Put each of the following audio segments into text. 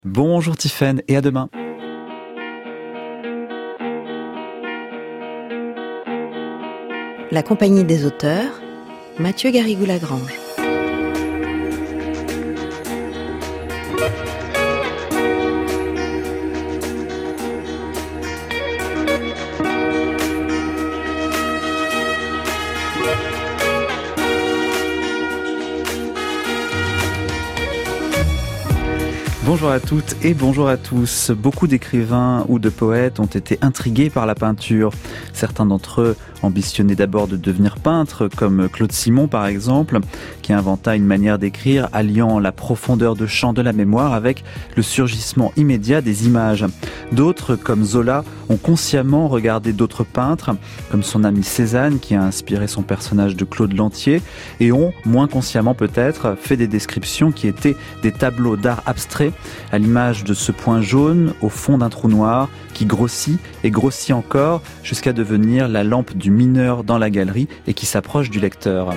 Bonjour Tiffaine et à demain. La compagnie des auteurs, Mathieu Garrigou-Lagrange. Bonjour à toutes et bonjour à tous. Beaucoup d'écrivains ou de poètes ont été intrigués par la peinture. Certains d'entre eux ambitionnaient d'abord de devenir peintres, comme Claude Simon par exemple, qui inventa une manière d'écrire alliant la profondeur de champ de la mémoire avec le surgissement immédiat des images. D'autres, comme Zola, ont consciemment regardé d'autres peintres, comme son ami Cézanne, qui a inspiré son personnage de Claude Lantier, et ont, moins consciemment peut-être, fait des descriptions qui étaient des tableaux d'art abstrait, à l'image de ce point jaune au fond d'un trou noir qui grossit et grossit encore jusqu'à devenir la lampe du mineur dans la galerie et qui s'approche du lecteur.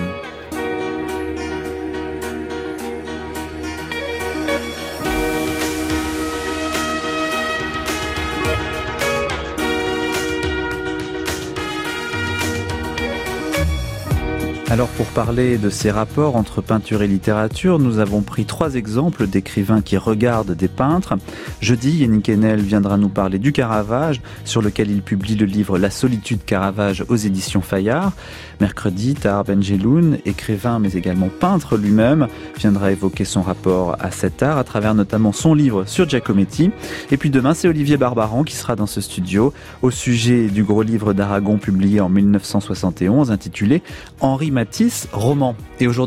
Alors pour parler de ces rapports entre peinture et littérature, nous avons pris 3 exemples d'écrivains qui regardent des peintres. Jeudi, Yannick Enel viendra nous parler du Caravage, sur lequel il publie le livre La solitude Caravage aux éditions Fayard. Mercredi, Tahar Benjeloun, écrivain mais également peintre lui-même, viendra évoquer son rapport à cet art à travers notamment son livre sur Giacometti. Et puis demain, c'est Olivier Barbaran qui sera dans ce studio au sujet du gros livre d'Aragon publié en 1971 intitulé Henri Matisse, roman. Et aujourd'hui ?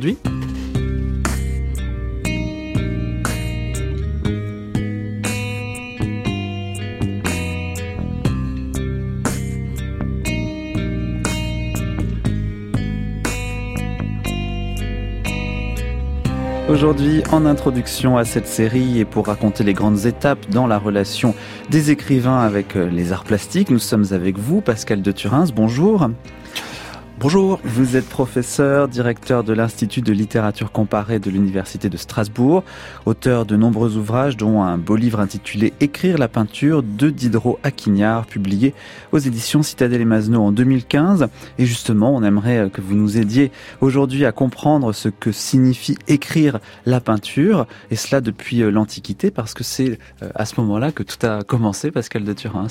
Aujourd'hui, en introduction à cette série et pour raconter les grandes étapes dans la relation des écrivains avec les arts plastiques, nous sommes avec vous, Pascal de Thurins, bonjour. Bonjour. Vous êtes professeur, directeur de l'Institut de littérature comparée de l'Université de Strasbourg, auteur de nombreux ouvrages dont un beau livre intitulé « Écrire la peinture » de Diderot à Quignard, publié aux éditions Citadel et Masneau en 2015. Et justement, on aimerait que vous nous aidiez aujourd'hui à comprendre ce que signifie écrire la peinture, et cela depuis l'Antiquité, parce que c'est à ce moment-là que tout a commencé, Pascal de Thurins.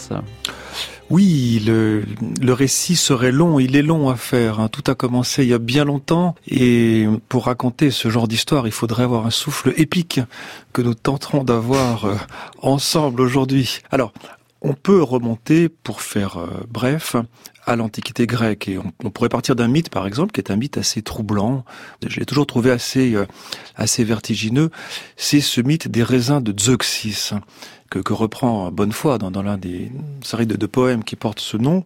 Oui, le récit serait long, il est long à faire. Tout a commencé il y a bien longtemps et pour raconter ce genre d'histoire, il faudrait avoir un souffle épique que nous tenterons d'avoir ensemble aujourd'hui. Alors, on peut remonter, pour faire bref, à l'Antiquité grecque. Et on pourrait partir d'un mythe, par exemple, qui est un mythe assez troublant. Je l'ai toujours trouvé assez vertigineux. C'est ce mythe des raisins de Zeuxis, que reprend Bonnefoy dans l'un des séries de poèmes qui portent ce nom.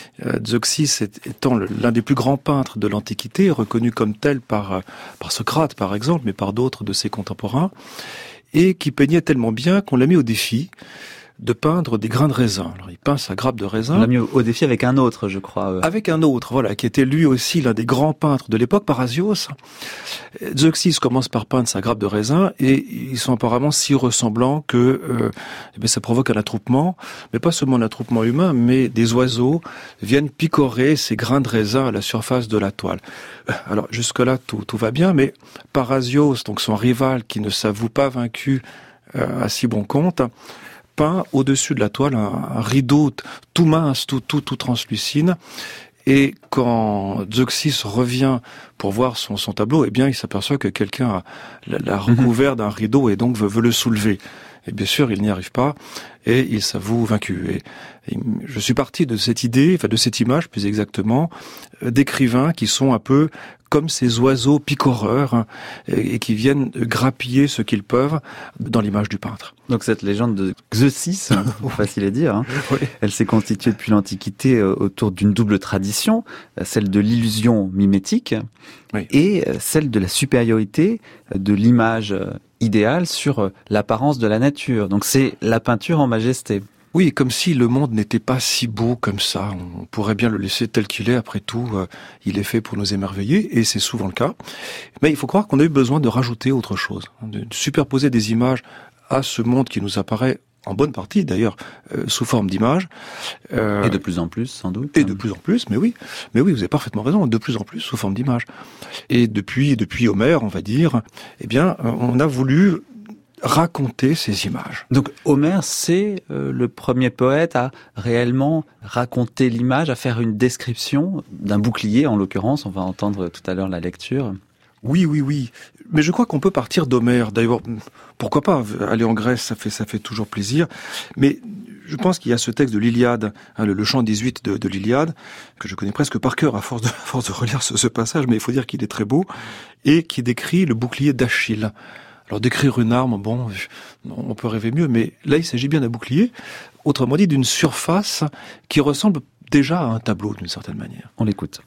Zeuxis étant l'un des plus grands peintres de l'Antiquité, reconnu comme tel par Socrate, par exemple, mais par d'autres de ses contemporains, et qui peignait tellement bien qu'on l'a mis au défi de peindre des grains de raisin. Alors, il peint sa grappe de raisin. On l'a mis au défi avec un autre, je crois. Avec un autre, voilà, qui était lui aussi l'un des grands peintres de l'époque, Parrhasios. Zeuxis commence par peindre sa grappe de raisin et ils sont apparemment si ressemblants que ça provoque un attroupement, mais pas seulement un attroupement humain, mais des oiseaux viennent picorer ces grains de raisin à la surface de la toile. Alors jusque-là, tout va bien, mais Parrhasios, donc son rival qui ne s'avoue pas vaincu à si bon compte, peint au-dessus de la toile un rideau tout mince, tout translucide. Et quand Zeuxis revient pour voir son tableau, eh bien, il s'aperçoit que quelqu'un l'a recouvert d'un rideau et donc veut le soulever. Et bien sûr, il n'y arrive pas et il s'avoue vaincu. Et je suis parti de cette idée, enfin de cette image plus exactement, d'écrivains qui sont un peu comme ces oiseaux picoreurs et qui viennent grappiller ce qu'ils peuvent dans l'image du peintre. Donc cette légende de Zeuxis, facile à dire, oui. Elle s'est constituée depuis l'Antiquité autour d'une double tradition, celle de l'illusion mimétique oui. et celle de la supériorité de l'image idéale sur l'apparence de la nature. Donc c'est la peinture en majesté. Oui, comme si le monde n'était pas si beau comme ça. On pourrait bien le laisser tel qu'il est. Après tout, il est fait pour nous émerveiller, et c'est souvent le cas. Mais il faut croire qu'on a eu besoin de rajouter autre chose, de superposer des images à ce monde qui nous apparaît en bonne partie d'ailleurs, sous forme d'images. Et de plus en plus, sans doute. Et de plus en plus, mais oui, vous avez parfaitement raison, de plus en plus sous forme d'images. Et depuis Homère, on va dire, eh bien, on a voulu raconter ces images. Donc Homère, c'est le premier poète à réellement raconter l'image, à faire une description d'un bouclier, en l'occurrence, on va entendre tout à l'heure la lecture. Oui. Mais je crois qu'on peut partir d'Homère. D'ailleurs, pourquoi pas aller en Grèce, ça fait toujours plaisir. Mais je pense qu'il y a ce texte de l'Iliade, le chant 18 de l'Iliade, que je connais presque par cœur à force de relire ce passage, mais il faut dire qu'il est très beau, et qui décrit le bouclier d'Achille. Alors décrire une arme, bon, on peut rêver mieux, mais là il s'agit bien d'un bouclier, autrement dit d'une surface qui ressemble déjà à un tableau d'une certaine manière. On l'écoute.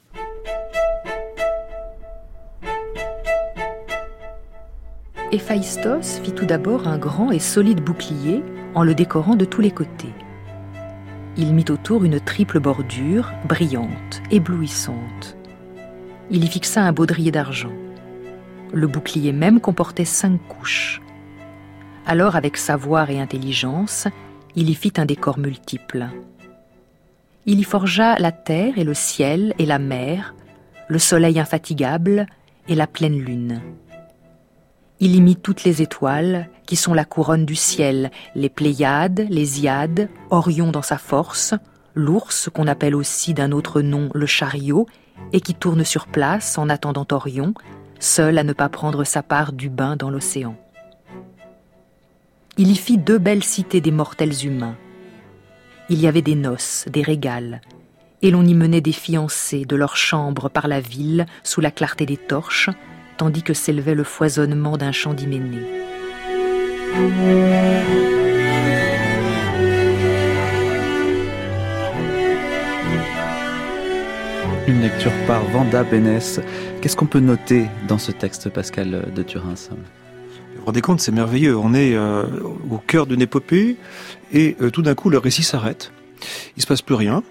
Héphaïstos fit tout d'abord un grand et solide bouclier en le décorant de tous les côtés. Il mit autour une triple bordure, brillante, éblouissante. Il y fixa un baudrier d'argent. Le bouclier même comportait 5 couches. Alors, avec savoir et intelligence, il y fit un décor multiple. Il y forgea la terre et le ciel et la mer, le soleil infatigable et la pleine lune. Il y mit toutes les étoiles, qui sont la couronne du ciel, les Pléiades, les Hyades, Orion dans sa force, l'ours, qu'on appelle aussi d'un autre nom le chariot, et qui tourne sur place en attendant Orion, seul à ne pas prendre sa part du bain dans l'océan. Il y fit 2 belles cités des mortels humains. Il y avait des noces, des régals, et l'on y menait des fiancés de leurs chambres par la ville, sous la clarté des torches, tandis que s'élevait le foisonnement d'un chant d'hyménée. Une lecture par Vanda Bénès. Qu'est-ce qu'on peut noter dans ce texte, Pascal de Thurins ? Vous vous rendez compte, c'est merveilleux. On est au cœur d'une épopée et tout d'un coup, le récit s'arrête. Il se passe plus rien.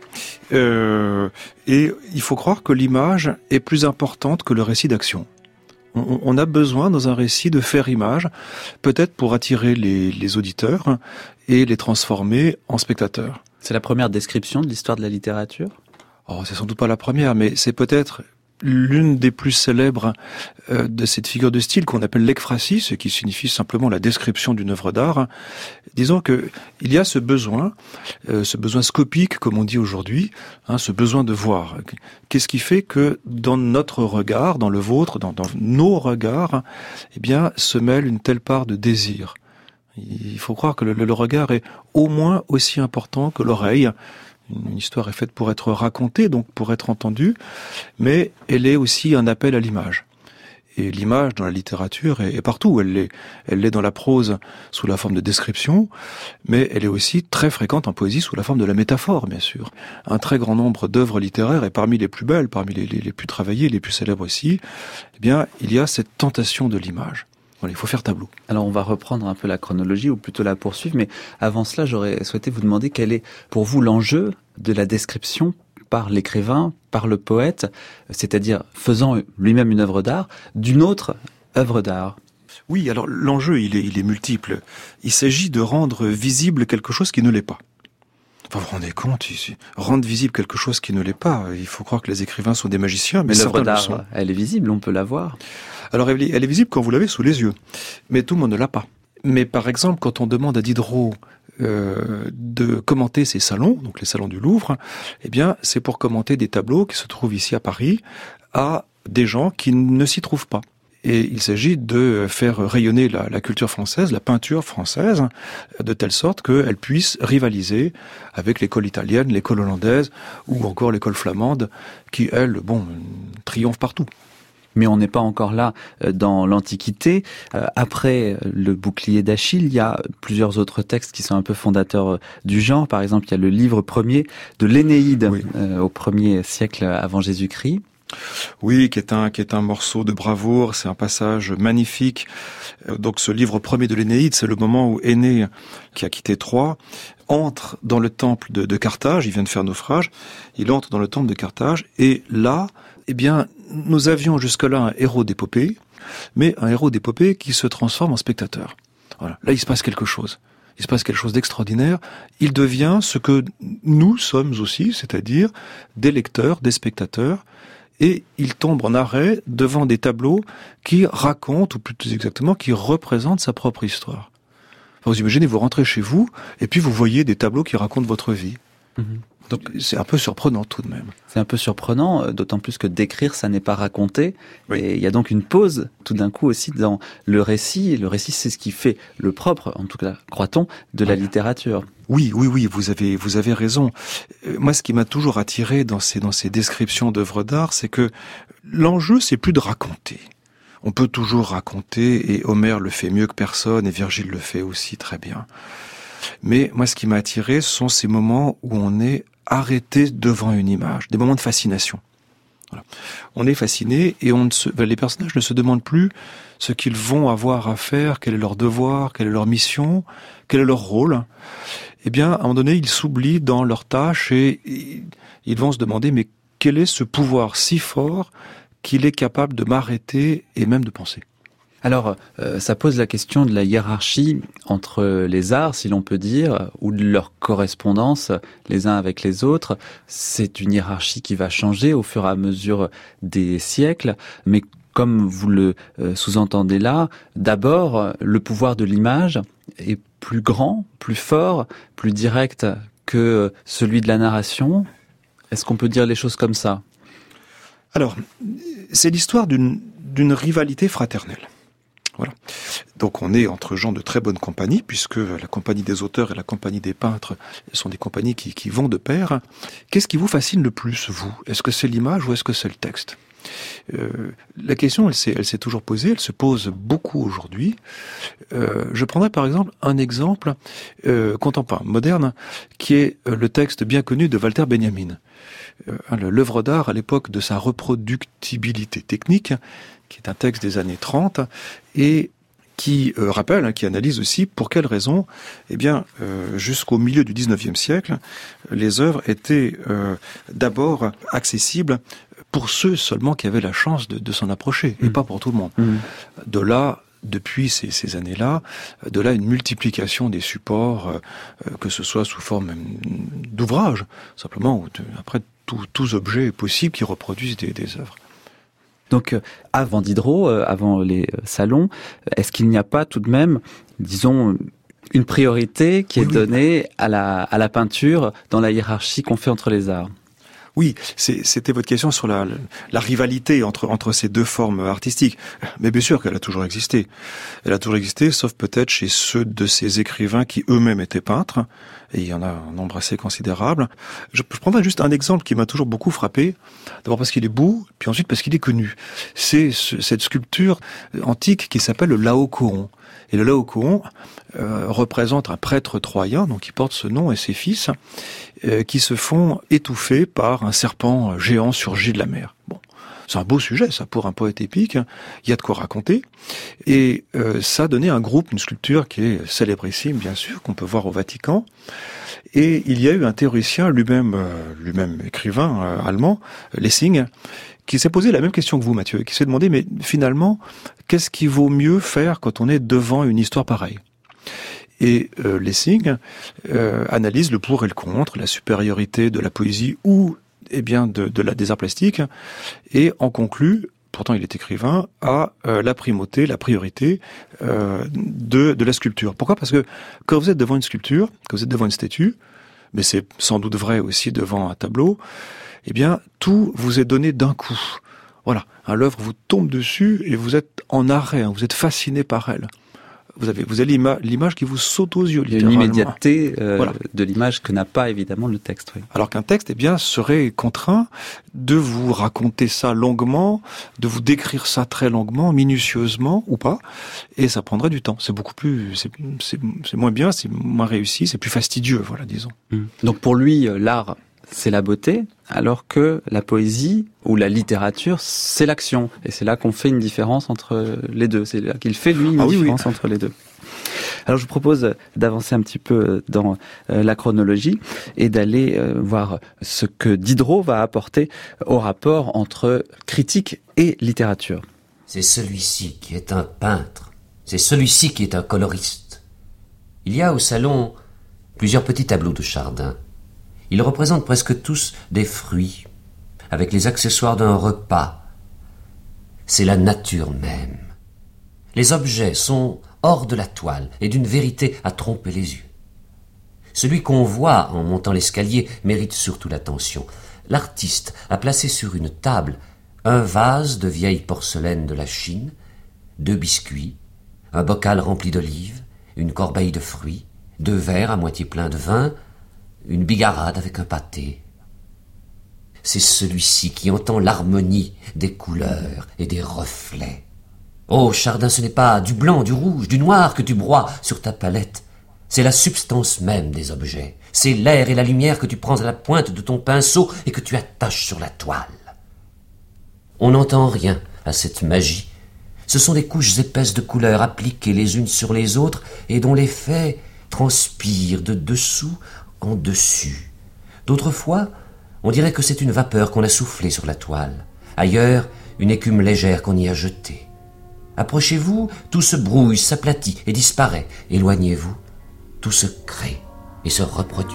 Et il faut croire que l'image est plus importante que le récit d'action. On a besoin dans un récit de faire image, peut-être pour attirer les auditeurs et les transformer en spectateurs. C'est la première description de l'histoire de la littérature ? Oh, c'est sans doute pas la première, mais c'est peut-être l'une des plus célèbres de cette figure de style qu'on appelle l'ekphrasie, ce qui signifie simplement la description d'une œuvre d'art. Disons que il y a ce besoin scopique, comme on dit aujourd'hui, ce besoin de voir. Qu'est-ce qui fait que dans notre regard, dans le vôtre, dans nos regards, eh bien, se mêle une telle part de désir. Il faut croire que le regard est au moins aussi important que l'oreille. Une histoire est faite pour être racontée, donc pour être entendue, mais elle est aussi un appel à l'image. Et l'image dans la littérature est partout. Elle l'est dans la prose sous la forme de description, mais elle est aussi très fréquente en poésie sous la forme de la métaphore, bien sûr. Un très grand nombre d'œuvres littéraires, et parmi les plus belles, parmi les plus travaillées, les plus célèbres aussi, eh bien, il y a cette tentation de l'image. Voilà, il faut faire tableau. Alors on va reprendre un peu la chronologie, ou plutôt la poursuivre, mais avant cela, j'aurais souhaité vous demander quel est pour vous l'enjeu de la description par l'écrivain, par le poète, c'est-à-dire faisant lui-même une œuvre d'art, d'une autre œuvre d'art. Oui, alors l'enjeu, il est multiple. Il s'agit de rendre visible quelque chose qui ne l'est pas. Enfin, vous vous rendez compte, rendre visible quelque chose qui ne l'est pas, il faut croire que les écrivains sont des magiciens, mais l'œuvre certains le sont. d'art, elle est visible, on peut la voir. Alors elle est visible quand vous l'avez sous les yeux, mais tout le monde ne l'a pas. Mais par exemple, quand on demande à Diderot de commenter ses salons, donc les salons du Louvre, eh bien, c'est pour commenter des tableaux qui se trouvent ici à Paris à des gens qui ne s'y trouvent pas. Et il s'agit de faire rayonner la culture française, la peinture française, de telle sorte qu'elle puisse rivaliser avec l'école italienne, l'école hollandaise ou encore l'école flamande, qui, elle, triomphe partout. Mais on n'est pas encore là dans l'Antiquité. Après le bouclier d'Achille, il y a plusieurs autres textes qui sont un peu fondateurs du genre. Par exemple, il y a le livre premier de l'Énéide, oui, au 1er siècle avant Jésus-Christ. Oui, qui est un morceau de bravoure, c'est un passage magnifique. Donc ce livre premier de l'Énéide, c'est le moment où Énée, qui a quitté Troie, entre dans le temple de Carthage, il vient de faire naufrage, il entre dans le temple de Carthage, et là, eh bien, nous avions jusque-là un héros d'épopée, mais un héros d'épopée qui se transforme en spectateur. Voilà. Là, il se passe quelque chose. Il se passe quelque chose d'extraordinaire. Il devient ce que nous sommes aussi, c'est-à-dire des lecteurs, des spectateurs, et il tombe en arrêt devant des tableaux qui racontent, ou plus exactement, qui représentent sa propre histoire. Enfin, vous imaginez, vous rentrez chez vous, et puis vous voyez des tableaux qui racontent votre vie. Donc c'est un peu surprenant tout de même. C'est un peu surprenant, d'autant plus que d'écrire, ça n'est pas raconter. Oui. Et il y a donc une pause, tout d'un coup aussi, dans le récit. Le récit, c'est ce qui fait le propre, en tout cas, croit-on, de la littérature. Oui, vous avez raison. Moi, ce qui m'a toujours attiré dans ces descriptions d'œuvres d'art, c'est que l'enjeu, c'est plus de raconter. On peut toujours raconter, et Homère le fait mieux que personne, et Virgile le fait aussi très bien. Mais moi, ce qui m'a attiré, ce sont ces moments où on est arrêté devant une image, des moments de fascination. Voilà. On est fasciné et les personnages ne se demandent plus ce qu'ils vont avoir à faire, quel est leur devoir, quelle est leur mission, quel est leur rôle. Eh bien, à un moment donné, ils s'oublient dans leur tâche et ils vont se demander, mais quel est ce pouvoir si fort qu'il est capable de m'arrêter et même de penser ? Alors, ça pose la question de la hiérarchie entre les arts, si l'on peut dire, ou de leur correspondance les uns avec les autres. C'est une hiérarchie qui va changer au fur et à mesure des siècles, mais comme vous le sous-entendez là, d'abord, le pouvoir de l'image est plus grand, plus fort, plus direct que celui de la narration. Est-ce qu'on peut dire les choses comme ça ? Alors, c'est l'histoire d'une rivalité fraternelle. Voilà. Donc on est entre gens de très bonne compagnie, puisque la compagnie des auteurs et la compagnie des peintres sont des compagnies qui vont de pair. Qu'est-ce qui vous fascine le plus, vous ? Est-ce que c'est l'image ou est-ce que c'est le texte ? La question, elle s'est toujours posée, elle se pose beaucoup aujourd'hui. Je prendrais par exemple un exemple contemporain, moderne, qui est le texte bien connu de Walter Benjamin. L'œuvre d'art à l'époque de sa reproductibilité technique, qui est un texte des années 30, et qui rappelle, qui analyse aussi pour quelles raisons, eh bien, jusqu'au milieu du 19e siècle, les œuvres étaient d'abord accessibles pour ceux seulement qui avaient la chance de s'en approcher, et pas pour tout le monde. De là, depuis ces années-là, de là une multiplication des supports, que ce soit sous forme d'ouvrages, simplement, ou après tous objets possibles qui reproduisent des œuvres. Donc, avant Diderot, avant les salons, est-ce qu'il n'y a pas tout de même, disons, une priorité qui est donnée à la peinture dans la hiérarchie qu'on fait entre les arts ? Oui, c'était votre question sur la rivalité entre ces deux formes artistiques. Mais bien sûr qu'elle a toujours existé. Elle a toujours existé, sauf peut-être chez ceux de ces écrivains qui eux-mêmes étaient peintres. Et il y en a un nombre assez considérable. Je prendrai juste un exemple qui m'a toujours beaucoup frappé. D'abord parce qu'il est beau, puis ensuite parce qu'il est connu. C'est cette sculpture antique qui s'appelle le Laocoon. Et le Laocoon représente un prêtre troyen, donc qui porte ce nom, et ses fils, qui se font étouffer par un serpent géant surgi de la mer. Bon, c'est un beau sujet, ça, pour un poète épique. Il y a de quoi raconter. Et ça a donné un groupe, une sculpture qui est célébrissime, bien sûr, qu'on peut voir au Vatican. Et il y a eu un théoricien, lui-même écrivain allemand, Lessing, qui s'est posé la même question que vous, Mathieu, qui s'est demandé, mais finalement, qu'est-ce qui vaut mieux faire quand on est devant une histoire pareille ? Et Lessing analyse le pour et le contre, la supériorité de la poésie ou des arts plastiques, et en conclut, pourtant il est écrivain, à la primauté, la priorité de la sculpture. Pourquoi ? Parce que quand vous êtes devant une sculpture, quand vous êtes devant une statue, mais c'est sans doute vrai aussi devant un tableau, eh bien, tout vous est donné d'un coup. Voilà, l'œuvre vous tombe dessus et vous êtes en arrêt, vous êtes fasciné par elle. Vous avez l'image qui vous saute aux yeux, littéralement. Il y a une immédiateté de l'image que n'a pas évidemment le texte. Oui. Alors qu'un texte, serait contraint de vous raconter ça longuement, de vous décrire ça très longuement, minutieusement ou pas, et ça prendrait du temps. C'est beaucoup plus, c'est moins bien, c'est moins réussi, c'est plus fastidieux, voilà, disons. Donc pour lui, l'art, c'est la beauté, alors que la poésie ou la littérature, c'est l'action. Et c'est là qu'on fait une différence entre les deux. C'est là qu'il fait, lui, une différence entre les deux. Alors je vous propose d'avancer un petit peu dans la chronologie et d'aller voir ce que Diderot va apporter au rapport entre critique et littérature. C'est celui-ci qui est un peintre. C'est celui-ci qui est un coloriste. Il y a au salon plusieurs petits tableaux de Chardin. Ils représentent presque tous des fruits, avec les accessoires d'un repas. C'est la nature même. Les objets sont hors de la toile et d'une vérité à tromper les yeux. Celui qu'on voit en montant l'escalier mérite surtout l'attention. L'artiste a placé sur une table un vase de vieille porcelaine de la Chine, 2 biscuits, un bocal rempli d'olives, une corbeille de fruits, 2 verres à moitié pleins de vin, une bigarade avec un pâté. C'est celui-ci qui entend l'harmonie des couleurs et des reflets. Oh, Chardin, ce n'est pas du blanc, du rouge, du noir que tu broies sur ta palette. C'est la substance même des objets. C'est l'air et la lumière que tu prends à la pointe de ton pinceau et que tu attaches sur la toile. On n'entend rien à cette magie. Ce sont des couches épaisses de couleurs appliquées les unes sur les autres et dont l'effet transpire de dessous en dessus. D'autres fois, on dirait que c'est une vapeur qu'on a soufflée sur la toile. Ailleurs, une écume légère qu'on y a jetée. Approchez-vous, tout se brouille, s'aplatit et disparaît. Éloignez-vous, tout se crée et se reproduit.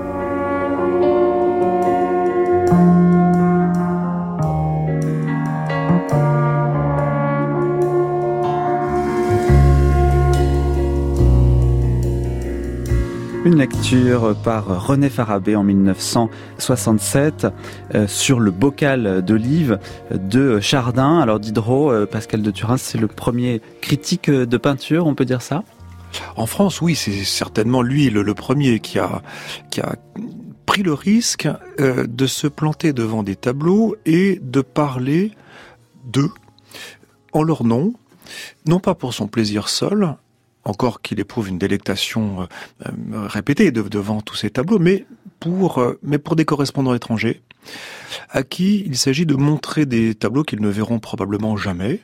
Une lecture par René Farabee en 1967 sur le bocal d'olive de Chardin. Alors Diderot, Pascal de Turin, c'est le premier critique de peinture, on peut dire ça ? En France, oui, c'est certainement lui le premier qui a pris le risque de se planter devant des tableaux et de parler d'eux en leur nom, non pas pour son plaisir seul, encore qu'il éprouve une délectation répétée devant tous ces tableaux, mais pour des correspondants étrangers, à qui il s'agit de montrer des tableaux qu'ils ne verront probablement jamais.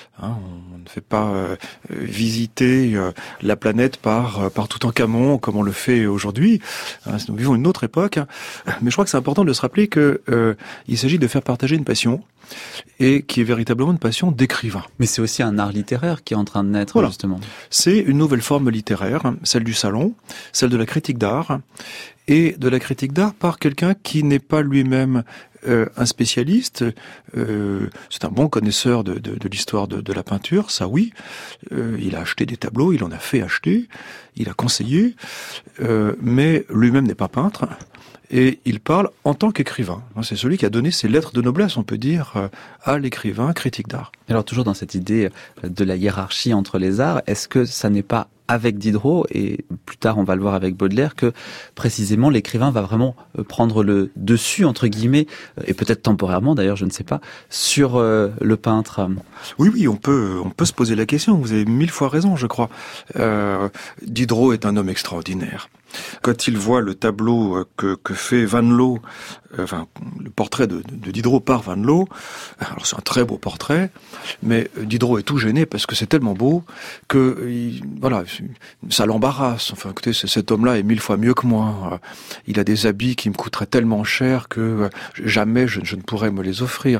On ne fait pas visiter la planète par Toutankhamon comme on le fait aujourd'hui. Nous vivons une autre époque, mais je crois que c'est important de se rappeler que il s'agit de faire partager une passion et qui est véritablement une passion d'écrivain. Mais c'est aussi un art littéraire qui est en train de naître, voilà. Justement. C'est une nouvelle forme littéraire, celle du salon, celle de la critique d'art, et de la critique d'art par quelqu'un qui n'est pas lui-même un spécialiste. C'est un bon connaisseur de l'histoire de la peinture, ça oui. Il a acheté des tableaux, il en a fait acheter, il a conseillé, mais lui-même n'est pas peintre. Et il parle en tant qu'écrivain. C'est celui qui a donné ses lettres de noblesse, on peut dire, à l'écrivain critique d'art. Alors toujours dans cette idée de la hiérarchie entre les arts, est-ce que ça n'est pas avec Diderot, et plus tard on va le voir avec Baudelaire, que précisément l'écrivain va vraiment prendre le dessus, entre guillemets, et peut-être temporairement d'ailleurs, je ne sais pas, sur le peintre? Oui, on peut se poser la question, vous avez 1000 fois raison, je crois. Diderot est un homme extraordinaire. Quand il voit le tableau que fait Van Loo, le portrait de Diderot par Van Loo, alors c'est un très beau portrait, mais Diderot est tout gêné parce que c'est tellement beau que ça l'embarrasse. Enfin, écoutez, cet homme-là est 1000 fois mieux que moi. Il a des habits qui me coûteraient tellement cher que jamais je ne pourrais me les offrir.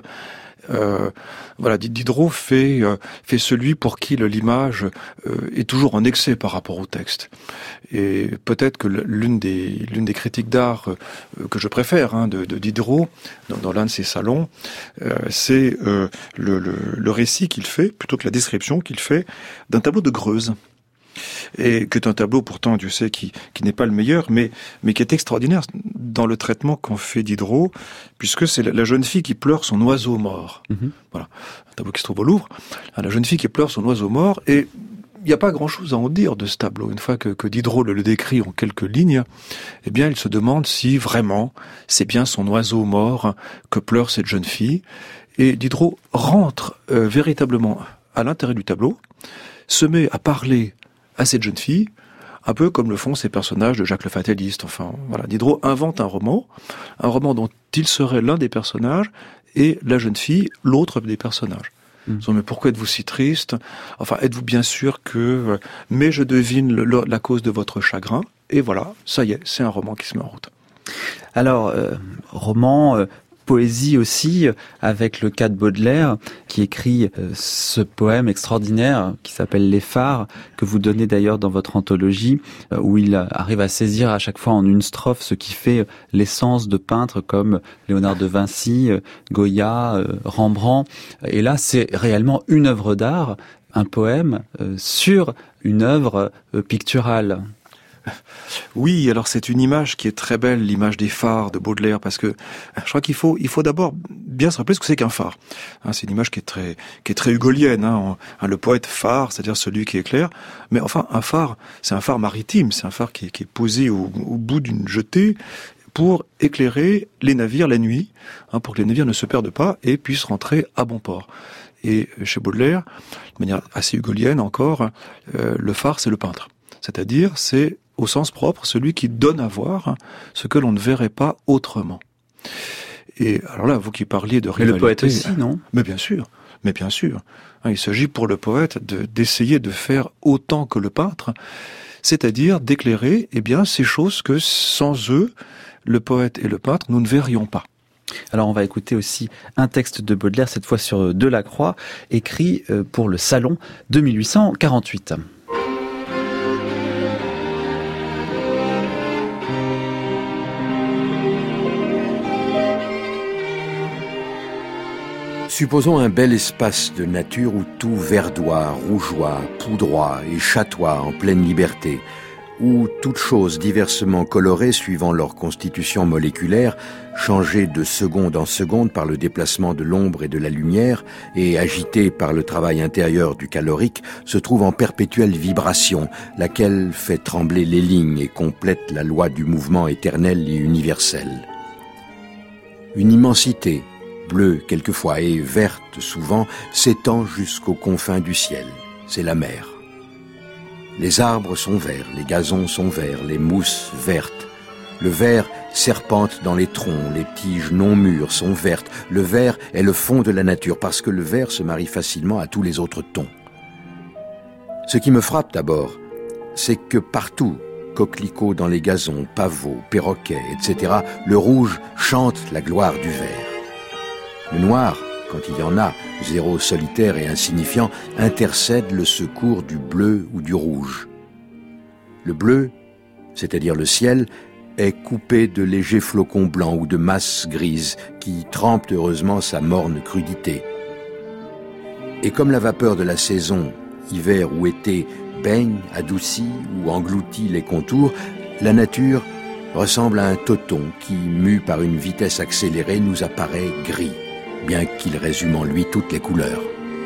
Diderot fait celui pour qui l'image est toujours en excès par rapport au texte. Et peut-être que l'une des critiques d'art que je préfère de Diderot dans l'un de ses salons, c'est le récit qu'il fait, plutôt que la description qu'il fait d'un tableau de Greuze. Et qui est un tableau pourtant, Dieu sait, qui n'est pas le meilleur, mais qui est extraordinaire dans le traitement qu'en fait Diderot, puisque c'est la jeune fille qui pleure son oiseau mort. Mm-hmm. Voilà, un tableau qui se trouve au Louvre. La jeune fille qui pleure son oiseau mort, et il n'y a pas grand-chose à en dire de ce tableau. Une fois que Diderot le décrit en quelques lignes, eh bien, il se demande si vraiment c'est bien son oiseau mort que pleure cette jeune fille. Et Diderot rentre véritablement à l'intérieur du tableau, se met à parler à cette jeune fille, un peu comme le font ces personnages de Jacques le Fataliste. Enfin, voilà, Diderot invente un roman dont il serait l'un des personnages et la jeune fille l'autre des personnages. Mais pourquoi êtes-vous si triste? Enfin, êtes-vous bien sûr que... Mais je devine la cause de votre chagrin. Et voilà, ça y est, c'est un roman qui se met en route. Alors, roman poésie aussi, avec le cas de Baudelaire, qui écrit ce poème extraordinaire qui s'appelle Les Phares, que vous donnez d'ailleurs dans votre anthologie, où il arrive à saisir à chaque fois en une strophe ce qui fait l'essence de peintres comme Léonard de Vinci, Goya, Rembrandt. Et là, c'est réellement une œuvre d'art, un poème sur une œuvre picturale. Oui, alors c'est une image qui est très belle, l'image des phares de Baudelaire, parce que je crois qu'il faut d'abord bien se rappeler ce que c'est qu'un phare. C'est une image qui est très hugolienne. Le poète phare, c'est-à-dire celui qui éclaire. Mais enfin, un phare, c'est un phare maritime, c'est un phare qui est posé au bout d'une jetée pour éclairer les navires la nuit, pour que les navires ne se perdent pas et puissent rentrer à bon port. Et chez Baudelaire, de manière assez hugolienne encore, le phare, c'est le peintre. C'est-à-dire, c'est au sens propre, celui qui donne à voir ce que l'on ne verrait pas autrement. Et alors là, vous qui parliez de rivalité... Mais le poète aussi, non ? Mais bien sûr. Il s'agit pour le poète d'essayer de faire autant que le peintre, c'est-à-dire d'éclairer ces choses que sans eux, le poète et le peintre, nous ne verrions pas. Alors on va écouter aussi un texte de Baudelaire, cette fois sur Delacroix, écrit pour le Salon de 1848. Supposons un bel espace de nature où tout verdoie, rougeoie, poudroie et chatoie en pleine liberté, où toutes choses diversement colorées suivant leur constitution moléculaire, changées de seconde en seconde par le déplacement de l'ombre et de la lumière et agitées par le travail intérieur du calorique, se trouvent en perpétuelle vibration, laquelle fait trembler les lignes et complète la loi du mouvement éternel et universel. Une immensité, bleue quelquefois et verte souvent, s'étend jusqu'aux confins du ciel. C'est la mer. Les arbres sont verts, les gazons sont verts, les mousses vertes. Le vert serpente dans les troncs, les tiges non mûres sont vertes. Le vert est le fond de la nature parce que le vert se marie facilement à tous les autres tons. Ce qui me frappe d'abord, c'est que partout, coquelicots dans les gazons, pavots, perroquets, etc., le rouge chante la gloire du vert. Le noir, quand il y en a, zéro solitaire et insignifiant, intercède le secours du bleu ou du rouge. Le bleu, c'est-à-dire le ciel, est coupé de légers flocons blancs ou de masses grises qui trempent heureusement sa morne crudité. Et comme la vapeur de la saison, hiver ou été, baigne, adoucit ou engloutit les contours, la nature ressemble à un toton qui, mu par une vitesse accélérée, nous apparaît gris, bien qu'il résume en lui toutes les couleurs.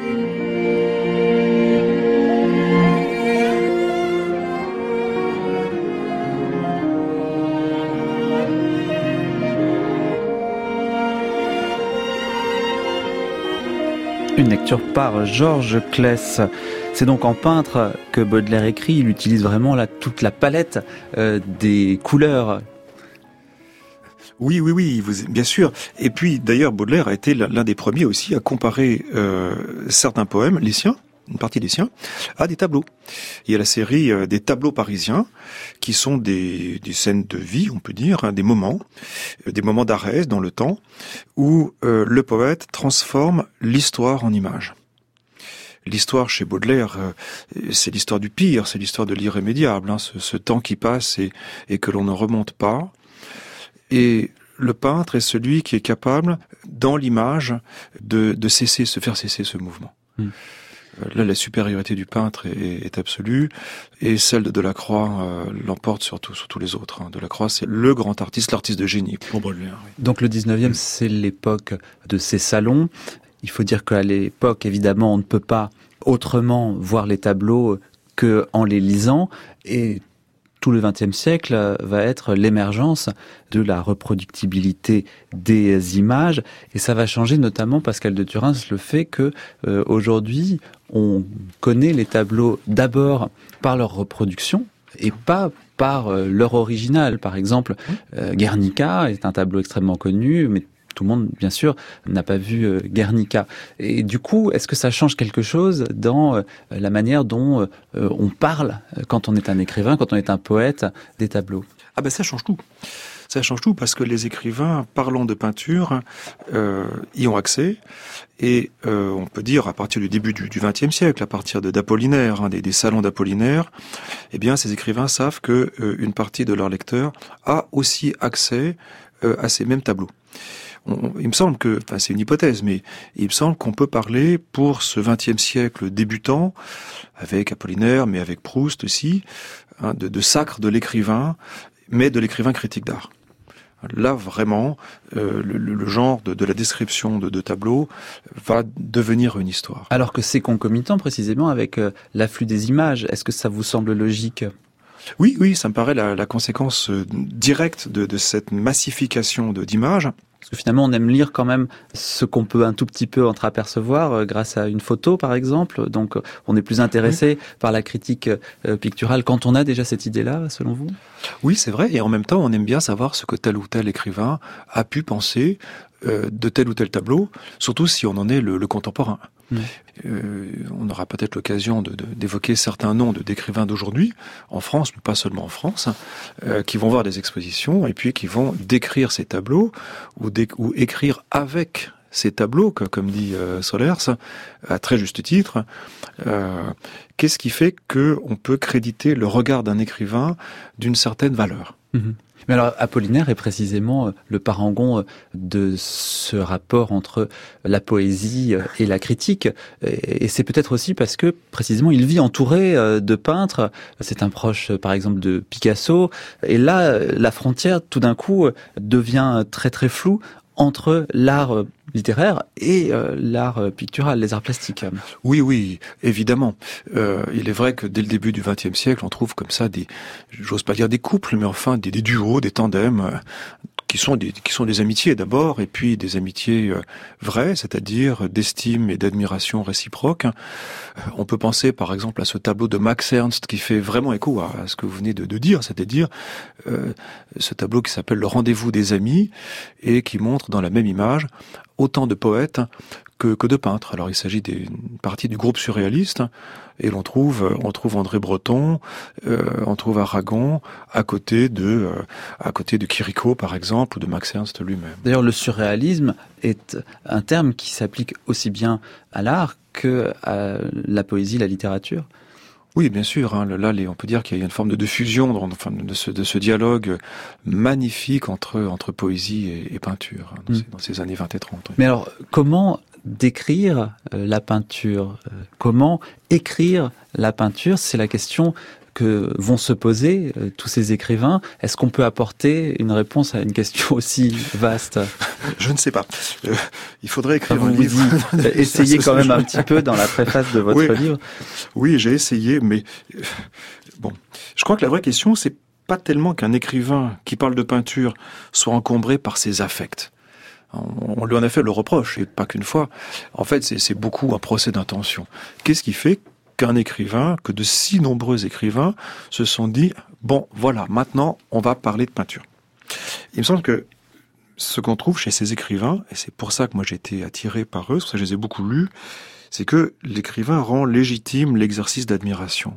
Une lecture par Georges Claes. C'est donc en peintre que Baudelaire écrit. Il utilise vraiment toute la palette des couleurs. Oui, bien sûr. Et puis, d'ailleurs, Baudelaire a été l'un des premiers aussi à comparer certains poèmes, les siens, une partie des siens, à des tableaux. Il y a la série des tableaux parisiens, qui sont des scènes de vie, on peut dire, des moments d'arrêt dans le temps, où le poète transforme l'histoire en image. L'histoire chez Baudelaire, c'est l'histoire du pire, c'est l'histoire de l'irrémédiable, ce temps qui passe et que l'on ne remonte pas. Et le peintre est celui qui est capable, dans l'image, de faire cesser ce mouvement. Là, la supériorité du peintre est absolue, et celle de Delacroix l'emporte sur tous les autres. Delacroix, c'est le grand artiste, l'artiste de génie pour Baudelaire. Oui. Donc le 19e, c'est l'époque de ces salons. Il faut dire qu'à l'époque, évidemment, on ne peut pas autrement voir les tableaux qu'en les lisant, et tout le XXe siècle va être l'émergence de la reproductibilité des images, et ça va changer notamment, Pascal de Thurins le fait que aujourd'hui on connaît les tableaux d'abord par leur reproduction et pas par leur original. Par exemple, Guernica est un tableau extrêmement connu, mais tout le monde, bien sûr, n'a pas vu Guernica. Et du coup, est-ce que ça change quelque chose dans la manière dont on parle quand on est un écrivain, quand on est un poète, des tableaux? Ah ben ça change tout. Ça change tout parce que les écrivains, parlant de peinture, y ont accès. Et on peut dire à partir du début du XXe siècle, à partir d'Apollinaire, des salons d'Apollinaire, eh bien ces écrivains savent que une partie de leurs lecteurs a aussi accès à ces mêmes tableaux. Il me semble que, enfin c'est une hypothèse, mais il me semble qu'on peut parler pour ce XXe siècle débutant, avec Apollinaire, mais avec Proust aussi, de sacre de l'écrivain, mais de l'écrivain critique d'art. Là, vraiment, le genre de la description de tableaux va devenir une histoire. Alors que c'est concomitant précisément avec l'afflux des images. Est-ce que ça vous semble logique ? Oui, ça me paraît la conséquence directe de cette massification d'images. Parce que finalement, on aime lire quand même ce qu'on peut un tout petit peu entreapercevoir grâce à une photo, par exemple. Donc, on est plus intéressé par la critique picturale quand on a déjà cette idée-là, selon vous ? Oui, c'est vrai. Et en même temps, on aime bien savoir ce que tel ou tel écrivain a pu penser de tel ou tel tableau, surtout si on en est le contemporain. On aura peut-être l'occasion d'évoquer certains noms d'écrivains d'aujourd'hui, en France, mais pas seulement en France, qui vont voir des expositions et puis qui vont décrire ces tableaux ou écrire avec ces tableaux, comme dit Solers, à très juste titre. Qu'est-ce qui fait qu'on peut créditer le regard d'un écrivain d'une certaine valeur ? Mais alors, Apollinaire est précisément le parangon de ce rapport entre la poésie et la critique. Et c'est peut-être aussi parce que, précisément, il vit entouré de peintres. C'est un proche, par exemple, de Picasso. Et là, la frontière, tout d'un coup, devient très, très floue entre l'art littéraire et l'art pictural, les arts plastiques. Oui, évidemment. Il est vrai que dès le début du XXe siècle, on trouve comme ça j'ose pas dire des couples, mais enfin des duos, des tandems, qui sont des amitiés d'abord, et puis des amitiés vraies, c'est-à-dire d'estime et d'admiration réciproque. On peut penser par exemple à ce tableau de Max Ernst qui fait vraiment écho à ce que vous venez de dire, c'est-à-dire ce tableau qui s'appelle Le Rendez-vous des amis et qui montre dans la même image autant de poètes que de peintres. Alors il s'agit d'une partie du groupe surréaliste et on trouve André Breton, on trouve Aragon à côté de Chirico par exemple ou de Max Ernst lui-même. D'ailleurs le surréalisme est un terme qui s'applique aussi bien à l'art que à la poésie, la littérature. Oui, bien sûr. Là, on peut dire qu'il y a une forme de fusion de ce dialogue magnifique entre poésie et peinture dans ces années 20 et 30. Oui. Mais alors, comment décrire la peinture ? Comment écrire la peinture ? C'est la question que vont se poser tous ces écrivains. Est-ce qu'on peut apporter une réponse à une question aussi vaste ? Je ne sais pas. Il faudrait écrire un livre. Essayez quand même un petit peu dans la préface de votre livre. Oui, j'ai essayé, mais bon. Je crois que la vraie question, c'est pas tellement qu'un écrivain qui parle de peinture soit encombré par ses affects. On lui en a fait le reproche, et pas qu'une fois. En fait, c'est beaucoup un procès d'intention. Qu'est-ce qui fait que de si nombreux écrivains se sont dit « Bon, voilà, maintenant, on va parler de peinture ». Il me semble que ce qu'on trouve chez ces écrivains, et c'est pour ça que moi j'ai été attiré par eux, c'est pour ça que je les ai beaucoup lus, c'est que l'écrivain rend légitime l'exercice d'admiration.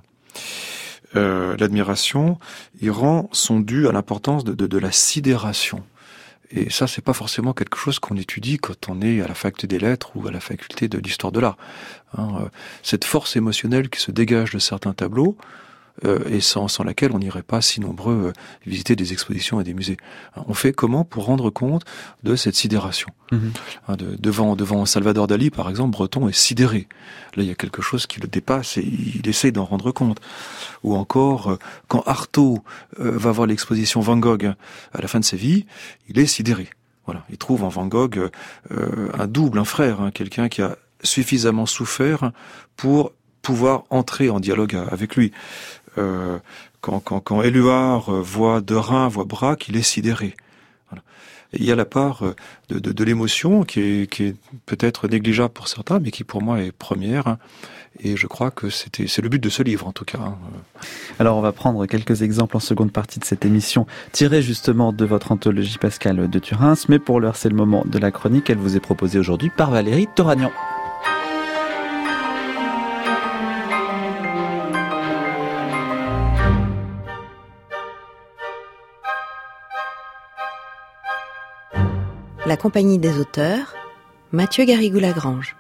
L'admiration, il rend son dû à l'importance de la sidération. Et ça, c'est pas forcément quelque chose qu'on étudie quand on est à la faculté des lettres ou à la faculté de l'histoire de l'art. Cette force émotionnelle qui se dégage de certains tableaux, et sans laquelle on n'irait pas si nombreux visiter des expositions et des musées. On fait comment pour rendre compte de cette sidération ? Devant Salvador Dali, par exemple, Breton est sidéré. Là, il y a quelque chose qui le dépasse et il essaye d'en rendre compte. Ou encore, quand Artaud va voir l'exposition Van Gogh à la fin de sa vie, il est sidéré. Voilà, il trouve en Van Gogh un double, un frère, quelqu'un qui a suffisamment souffert pour pouvoir entrer en dialogue avec lui. Quand Éluard voit Derain, voit Braque, il est sidéré. Voilà. Et il y a la part de l'émotion qui est peut-être négligeable pour certains, mais qui pour moi est première. Hein. Et je crois que c'est le but de ce livre, en tout cas. Hein. Alors, on va prendre quelques exemples en seconde partie de cette émission, tirés justement de votre anthologie Pascal de Thurins. Mais pour l'heure, c'est le moment de la chronique. Elle vous est proposée aujourd'hui par Valérie Toragnan. La compagnie des auteurs, Mathieu Garrigou-Lagrange.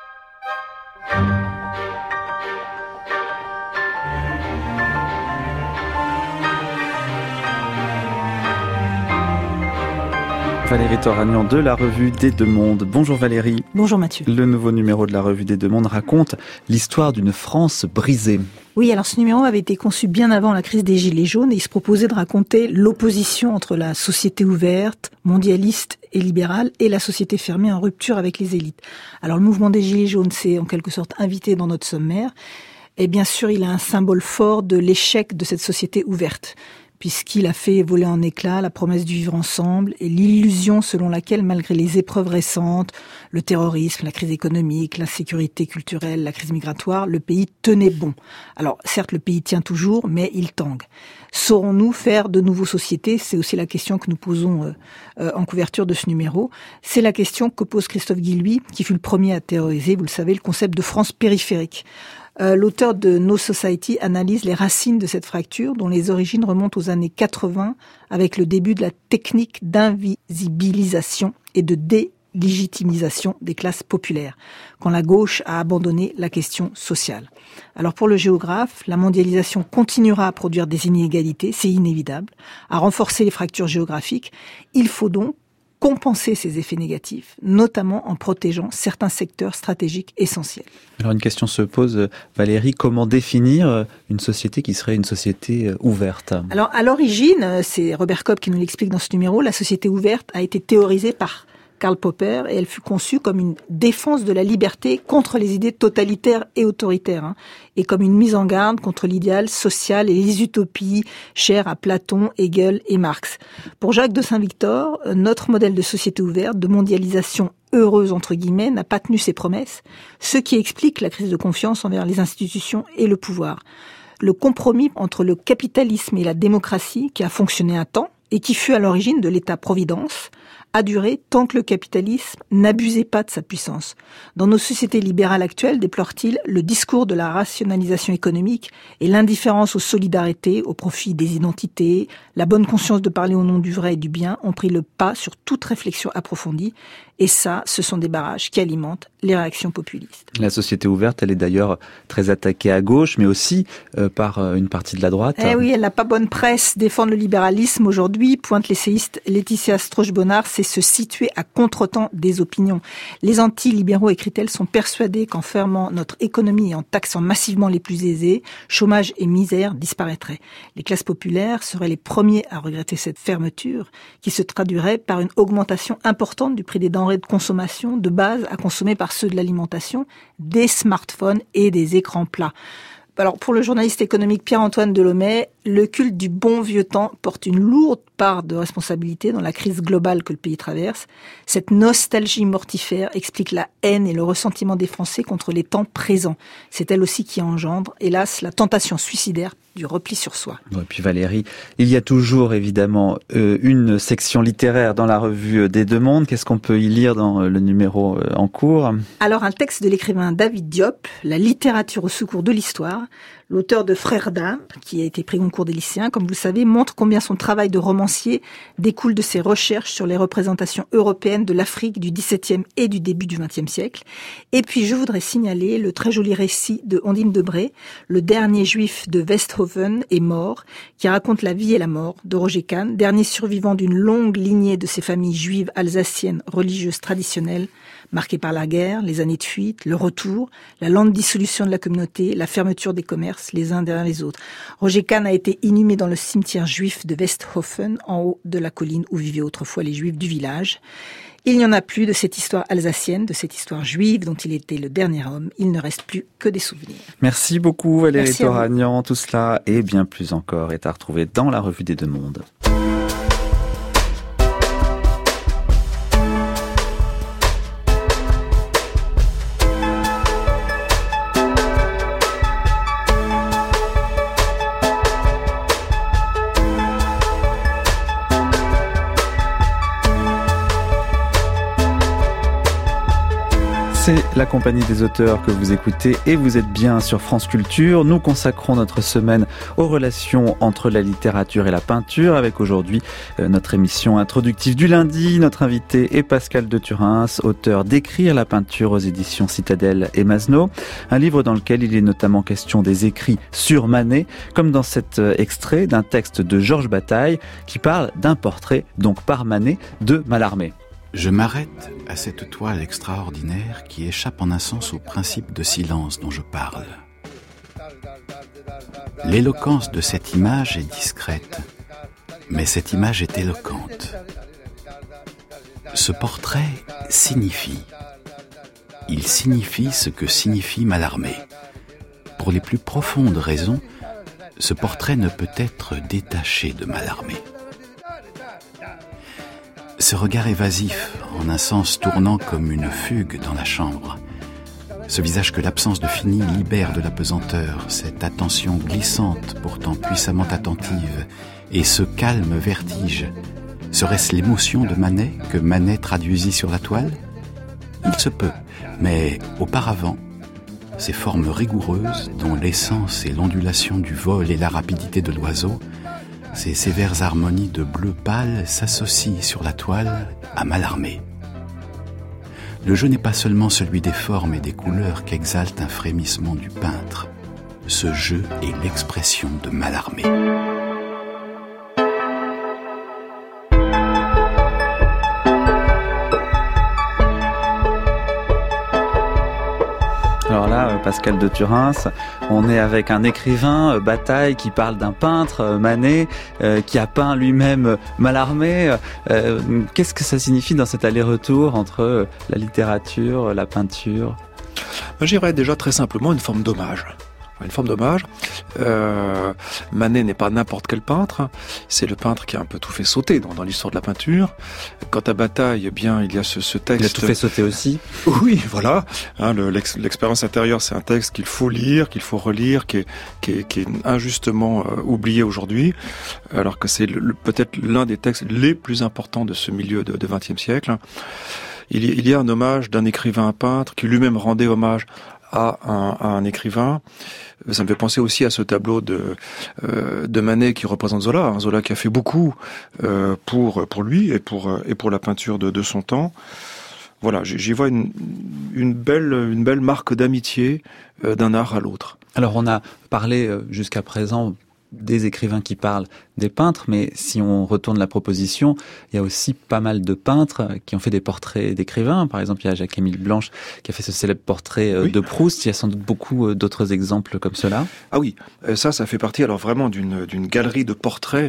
Valérie Toragnan de la Revue des Deux Mondes. Bonjour Valérie. Bonjour Mathieu. Le nouveau numéro de la Revue des Deux Mondes raconte l'histoire d'une France brisée. Oui, alors ce numéro avait été conçu bien avant la crise des Gilets jaunes et il se proposait de raconter l'opposition entre la société ouverte, mondialiste et libérale et la société fermée en rupture avec les élites. Alors le mouvement des Gilets jaunes s'est en quelque sorte invité dans notre sommaire et bien sûr il a un symbole fort de l'échec de cette société ouverte, puisqu'il a fait voler en éclats la promesse du vivre ensemble et l'illusion selon laquelle, malgré les épreuves récentes, le terrorisme, la crise économique, l'insécurité culturelle, la crise migratoire, le pays tenait bon. Alors, certes, le pays tient toujours, mais il tangue. Saurons-nous faire de nouveaux sociétés ? C'est aussi la question que nous posons en couverture de ce numéro. C'est la question que pose Christophe Guilluy, qui fut le premier à théoriser, vous le savez, le concept de France périphérique. L'auteur de No Society analyse les racines de cette fracture dont les origines remontent aux années 80 avec le début de la technique d'invisibilisation et de délégitimisation des classes populaires, quand la gauche a abandonné la question sociale. Alors pour le géographe, la mondialisation continuera à produire des inégalités, c'est inévitable, à renforcer les fractures géographiques. Il faut donc compenser ces effets négatifs, notamment en protégeant certains secteurs stratégiques essentiels. Alors une question se pose, Valérie, comment définir une société qui serait une société ouverte ? Alors à l'origine, c'est Robert Kopp qui nous l'explique dans ce numéro, la société ouverte a été théorisée par Karl Popper et elle fut conçue comme une défense de la liberté contre les idées totalitaires et autoritaires, et comme une mise en garde contre l'idéal social et les utopies chères à Platon, Hegel et Marx. Pour Jacques de Saint-Victor, notre modèle de société ouverte, de mondialisation heureuse entre guillemets, n'a pas tenu ses promesses, ce qui explique la crise de confiance envers les institutions et le pouvoir. Le compromis entre le capitalisme et la démocratie, qui a fonctionné un temps et qui fut à l'origine de l'État-providence, a duré tant que le capitalisme n'abusait pas de sa puissance. Dans nos sociétés libérales actuelles, déplore-t-il, le discours de la rationalisation économique et l'indifférence aux solidarités, au profit des identités, la bonne conscience de parler au nom du vrai et du bien ont pris le pas sur toute réflexion approfondie. Et ça, ce sont des barrages qui alimentent les réactions populistes. La société ouverte, elle est d'ailleurs très attaquée à gauche, mais aussi par une partie de la droite. Eh oui, elle n'a pas bonne presse. Défendre le libéralisme aujourd'hui, pointe l'essayiste Laetitia Strauch-Bonnard, c'est se situer à contretemps des opinions. Les anti-libéraux, écrit-elle, sont persuadés qu'en fermant notre économie et en taxant massivement les plus aisés, chômage et misère disparaîtraient. Les classes populaires seraient les premiers à regretter cette fermeture qui se traduirait par une augmentation importante du prix des denrées de consommation de base à consommer par ceux de l'alimentation, des smartphones et des écrans plats. Alors pour le journaliste économique Pierre-Antoine Delhomme, le culte du bon vieux temps porte une lourde part de responsabilité dans la crise globale que le pays traverse. Cette nostalgie mortifère explique la haine et le ressentiment des Français contre les temps présents. C'est elle aussi qui engendre, hélas, la tentation suicidaire du repli sur soi. Et puis Valérie, il y a toujours évidemment une section littéraire dans la Revue des Deux Mondes. Qu'est-ce qu'on peut y lire dans le numéro en cours ? Alors un texte de l'écrivain David Diop, La littérature au secours de l'histoire. L'auteur de Frères d'âme, qui a été pris concours des lycéens, comme vous le savez, montre combien son travail de romancier découle de ses recherches sur les représentations européennes de l'Afrique du XVIIe et du début du XXe siècle. Et puis, je voudrais signaler le très joli récit de Ondine Debré, Le dernier juif de Westhoven est mort, qui raconte la vie et la mort de Roger Kahn, dernier survivant d'une longue lignée de ces familles juives alsaciennes religieuses traditionnelles, marquées par la guerre, les années de fuite, le retour, la lente dissolution de la communauté, la fermeture des commerces les uns derrière les autres. Roger Kahn a été inhumé dans le cimetière juif de Westhofen, en haut de la colline où vivaient autrefois les juifs du village. Il n'y en a plus de cette histoire alsacienne, de cette histoire juive dont il était le dernier homme. Il ne reste plus que des souvenirs. Merci beaucoup Valérie Toragnan. Tout cela et bien plus encore est à retrouver dans la Revue des Deux Mondes. C'est la compagnie des auteurs que vous écoutez et vous êtes bien sur France Culture. Nous consacrons notre semaine aux relations entre la littérature et la peinture avec aujourd'hui notre émission introductive du lundi. Notre invité est Pascal de Thurins, auteur d'Écrire la peinture aux éditions Citadel et Masno, un livre dans lequel il est notamment question des écrits sur Manet, comme dans cet extrait d'un texte de Georges Bataille qui parle d'un portrait, donc par Manet, de Mallarmé. Je m'arrête à cette toile extraordinaire qui échappe en un sens au principe de silence dont je parle. L'éloquence de cette image est discrète, mais cette image est éloquente. Ce portrait signifie. Il signifie ce que signifie Mallarmé. Pour les plus profondes raisons, ce portrait ne peut être détaché de Mallarmé. Ce regard évasif, en un sens tournant comme une fugue dans la chambre. Ce visage que l'absence de fini libère de la pesanteur, cette attention glissante, pourtant puissamment attentive, et ce calme vertige. Serait-ce l'émotion de Manet que Manet traduisit sur la toile ? Il se peut, mais auparavant, ces formes rigoureuses, dont l'essence et l'ondulation du vol et la rapidité de l'oiseau, ces sévères harmonies de bleu pâle s'associent sur la toile à Mallarmé. Le jeu n'est pas seulement celui des formes et des couleurs qu'exalte un frémissement du peintre. Ce jeu est l'expression de Mallarmé. Alors là, Pascal de Thurins, on est avec un écrivain, Bataille, qui parle d'un peintre, Manet, qui a peint lui-même Mallarmé. Qu'est-ce que ça signifie dans cet aller-retour entre la littérature, la peinture ? Je dirais déjà très simplement une forme d'hommage. Une forme d'hommage. Manet n'est pas n'importe quel peintre, c'est le peintre qui a un peu tout fait sauter dans l'histoire de la peinture. Quant à Bataille, eh bien, il y a ce texte... Il a tout fait sauter aussi. Oui, voilà. L'expérience intérieure, c'est un texte qu'il faut lire, qu'il faut relire, qui est injustement oublié aujourd'hui, alors que c'est peut-être l'un des textes les plus importants de ce milieu de XXe siècle. Il y a un hommage d'un écrivain à peintre qui lui-même rendait hommage à un écrivain. Ça me fait penser aussi à ce tableau de Manet qui représente Zola. Zola qui a fait beaucoup pour lui et pour la peinture de son temps. Voilà, j'y vois une belle marque d'amitié d'un art à l'autre. Alors on a parlé jusqu'à présent des écrivains qui parlent des peintres, mais si on retourne la proposition, il y a aussi pas mal de peintres qui ont fait des portraits d'écrivains. Par exemple, il y a Jacques-Émile Blanche qui a fait ce célèbre portrait de Proust. Il y a sans doute beaucoup d'autres exemples comme cela. Ah oui, ça fait partie alors vraiment d'une galerie de portraits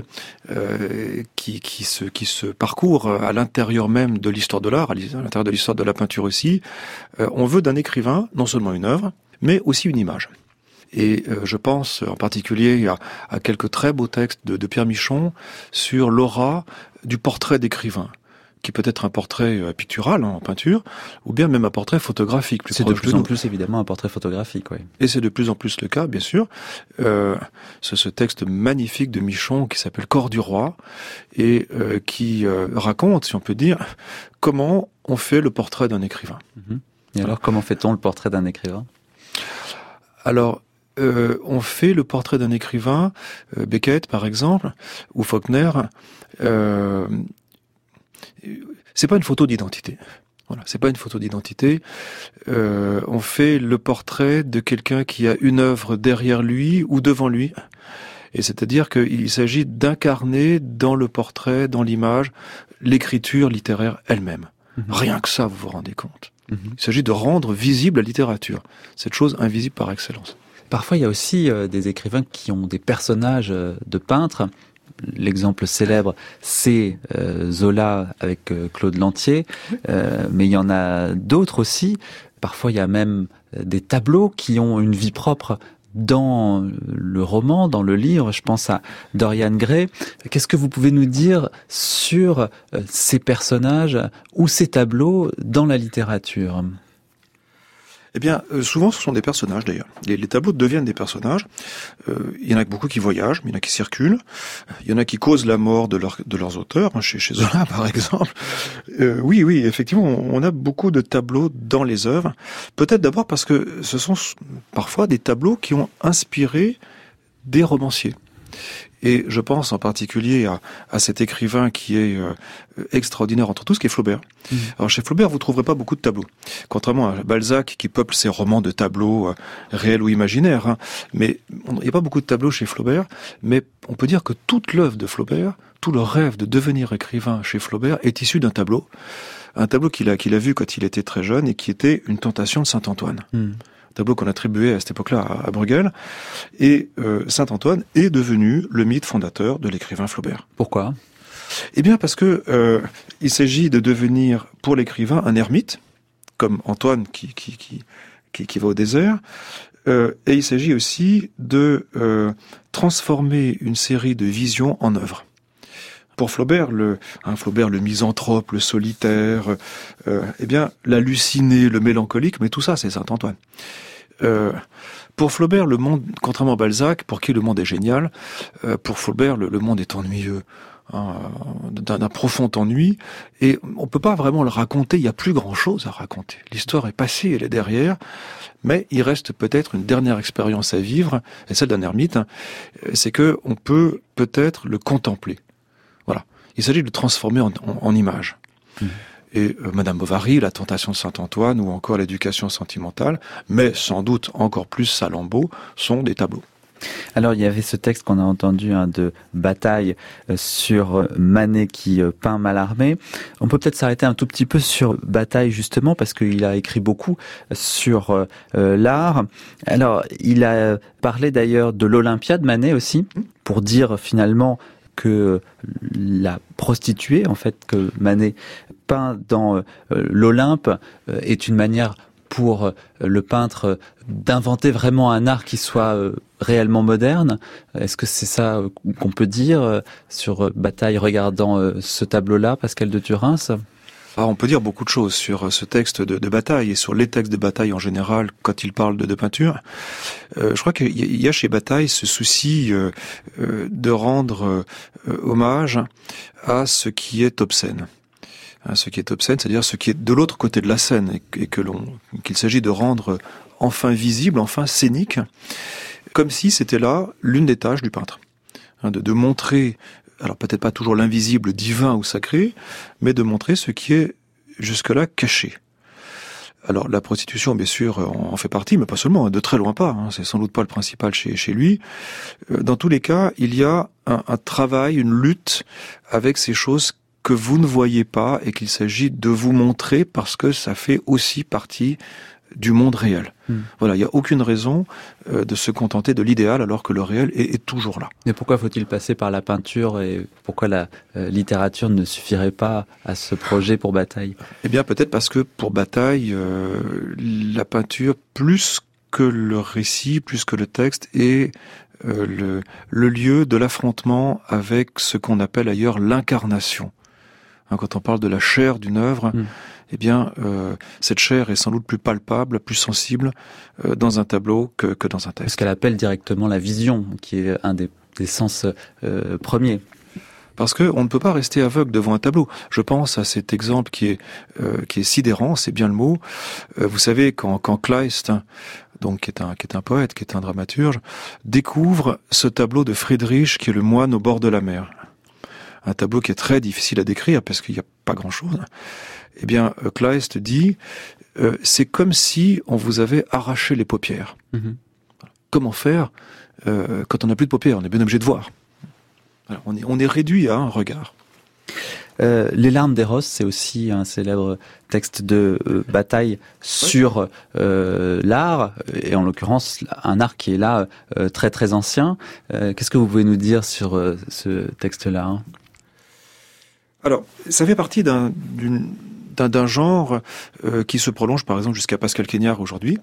qui se parcourt à l'intérieur même de l'histoire de l'art, à l'intérieur de l'histoire de la peinture aussi. On veut d'un écrivain non seulement une œuvre, mais aussi une image. Et je pense en particulier à quelques très beaux textes de Pierre Michon sur l'aura du portrait d'écrivain, qui peut être un portrait pictural en peinture, ou bien même un portrait photographique. C'est de plus en plus évidemment un portrait photographique, oui. Et c'est de plus en plus le cas, bien sûr. Ce texte magnifique de Michon qui s'appelle Corps du roi, et qui raconte, si on peut dire, comment on fait le portrait d'un écrivain. Et alors, comment fait-on le portrait d'un écrivain ? Alors, on fait le portrait d'un écrivain, Beckett par exemple, ou Faulkner. C'est pas une photo d'identité. Voilà, c'est pas une photo d'identité. On fait le portrait de quelqu'un qui a une œuvre derrière lui ou devant lui. Et c'est-à-dire qu'il s'agit d'incarner dans le portrait, dans l'image, l'écriture littéraire elle-même. Rien que ça, vous vous rendez compte. Il s'agit de rendre visible la littérature, cette chose invisible par excellence. Parfois, il y a aussi des écrivains qui ont des personnages de peintres. L'exemple célèbre, c'est Zola avec Claude Lantier, mais il y en a d'autres aussi. Parfois, il y a même des tableaux qui ont une vie propre dans le roman, dans le livre. Je pense à Dorian Gray. Qu'est-ce que vous pouvez nous dire sur ces personnages ou ces tableaux dans la littérature ? Eh bien, souvent, ce sont des personnages, d'ailleurs. Les tableaux deviennent des personnages. Il y en a beaucoup qui voyagent, mais il y en a qui circulent. Il y en a qui causent la mort de leurs auteurs, hein, chez Zola, par exemple. Oui, effectivement, on a beaucoup de tableaux dans les œuvres. Peut-être d'abord parce que ce sont parfois des tableaux qui ont inspiré des romanciers. Et je pense en particulier à cet écrivain qui est extraordinaire entre tous, qui est Flaubert. Alors chez Flaubert, vous trouverez pas beaucoup de tableaux. Contrairement à Balzac, qui peuple ses romans de tableaux réels ou imaginaires. Hein. Mais il n'y a pas beaucoup de tableaux chez Flaubert. Mais on peut dire que toute l'œuvre de Flaubert, tout le rêve de devenir écrivain chez Flaubert est issu d'un tableau. Un tableau qu'il a vu quand il était très jeune et qui était une tentation de Saint-Antoine. Tableau qu'on attribuait à cette époque-là à Bruegel. Et Saint-Antoine est devenu le mythe fondateur de l'écrivain Flaubert. Pourquoi ? Eh bien parce que il s'agit de devenir pour l'écrivain un ermite, comme Antoine qui va au désert. Et il s'agit aussi de transformer une série de visions en œuvre. Pour Flaubert, le misanthrope, le solitaire, eh bien l'halluciné, le mélancolique, mais tout ça c'est Saint-Antoine. Pour Flaubert, le monde, contrairement à Balzac, pour qui le monde est génial, pour Flaubert, le monde est ennuyeux, hein, d'un profond ennui, et on peut pas vraiment le raconter, il y a plus grand-chose à raconter. L'histoire est passée, elle est derrière, mais il reste peut-être une dernière expérience à vivre, et celle d'un ermite, hein, c'est que on peut peut-être le contempler. Voilà. Il s'agit de le transformer en image. Et Madame Bovary, La tentation de Saint-Antoine, ou encore L'éducation sentimentale, mais sans doute encore plus Salammbô, sont des tableaux. Alors il y avait ce texte qu'on a entendu de Bataille sur Manet qui peint Mallarmé. On peut peut-être s'arrêter un tout petit peu sur Bataille justement parce qu'il a écrit beaucoup sur l'art. Alors il a parlé d'ailleurs de l'Olympia de Manet aussi pour dire finalement que la prostituée, en fait, que Manet peint dans l'Olympe est une manière pour le peintre d'inventer vraiment un art qui soit réellement moderne. Est-ce que c'est ça qu'on peut dire sur Bataille regardant ce tableau-là, Pascal de Thurins ? On peut dire beaucoup de choses sur ce texte de Bataille et sur les textes de Bataille en général quand il parle de peinture. Je crois qu'il y a chez Bataille ce souci de rendre hommage à ce qui est obscène. Ce qui est obscène, c'est-à-dire ce qui est de l'autre côté de la scène et qu'il s'agit de rendre enfin visible, enfin scénique, comme si c'était là l'une des tâches du peintre. De montrer, alors peut-être pas toujours l'invisible divin ou sacré, mais de montrer ce qui est jusque-là caché. Alors la prostitution, bien sûr, en fait partie, mais pas seulement, de très loin pas. C'est sans doute pas le principal chez lui. Dans tous les cas, il y a un travail, une lutte avec ces choses que vous ne voyez pas et qu'il s'agit de vous montrer parce que ça fait aussi partie du monde réel. Voilà, il n'y a aucune raison de se contenter de l'idéal alors que le réel est toujours là. Mais pourquoi faut-il passer par la peinture et pourquoi la littérature ne suffirait pas à ce projet pour Bataille ? Eh bien, peut-être parce que pour Bataille, la peinture, plus que le récit, plus que le texte, est le lieu de l'affrontement avec ce qu'on appelle ailleurs l'incarnation. Quand on parle de la chair d'une œuvre, eh bien, cette chair est sans doute plus palpable, plus sensible dans un tableau que dans un texte. Parce qu'elle appelle directement la vision, qui est un des sens premiers. Parce que on ne peut pas rester aveugle devant un tableau. Je pense à cet exemple qui est sidérant, c'est bien le mot. Vous savez, quand Kleist, donc qui est un poète, qui est un dramaturge, découvre ce tableau de Friedrich qui est le moine au bord de la mer. Un tableau qui est très difficile à décrire parce qu'il n'y a pas grand-chose. Eh bien, Kleist dit, c'est comme si on vous avait arraché les paupières. Comment faire quand on n'a plus de paupières ? On est bien obligé de voir. Alors, on est réduit à un regard. Les larmes d'Eros, c'est aussi un célèbre texte de Bataille sur l'art, et en l'occurrence un art qui est là très très ancien. Qu'est-ce que vous pouvez nous dire sur ce texte-là ? Alors, ça fait partie d'un genre qui se prolonge par exemple jusqu'à Pascal Quignard aujourd'hui,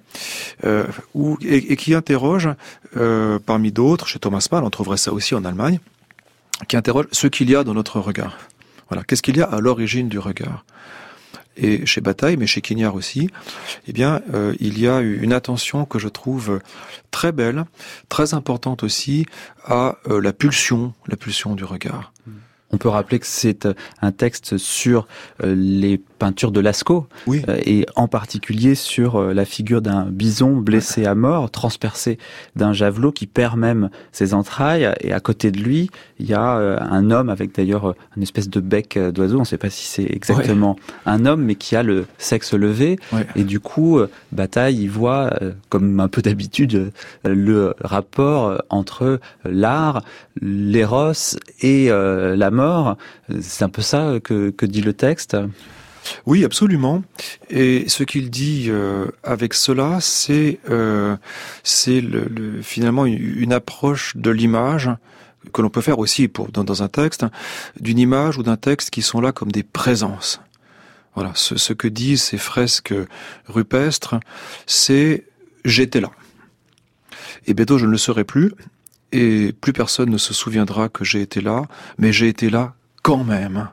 et qui interroge, parmi d'autres, chez Thomas Mann, on trouverait ça aussi en Allemagne, qui interroge ce qu'il y a dans notre regard. Voilà, qu'est-ce qu'il y a à l'origine du regard ? et chez Bataille, mais chez Quignard aussi, eh bien, il y a une attention que je trouve très belle, très importante aussi, à la pulsion du regard. On peut rappeler que c'est un texte sur les peintures de Lascaux, oui. Et en particulier sur la figure d'un bison blessé à mort, transpercé d'un javelot qui perd même ses entrailles. Et à côté de lui, il y a un homme avec d'ailleurs une espèce de bec d'oiseau. On ne sait pas si c'est exactement un homme, mais qui a le sexe levé. Ouais. Et du coup, Bataille y voit, comme un peu d'habitude, le rapport entre l'art, l'éros et la mort. C'est un peu ça que dit le texte. Oui, absolument. Et ce qu'il dit avec cela, c'est finalement une approche de l'image que l'on peut faire aussi dans un texte, d'une image ou d'un texte qui sont là comme des présences. Voilà, ce que disent ces fresques rupestres, c'est « j'étais là ». Et bientôt je ne le serai plus, et plus personne ne se souviendra que j'ai été là, mais j'ai été là quand même.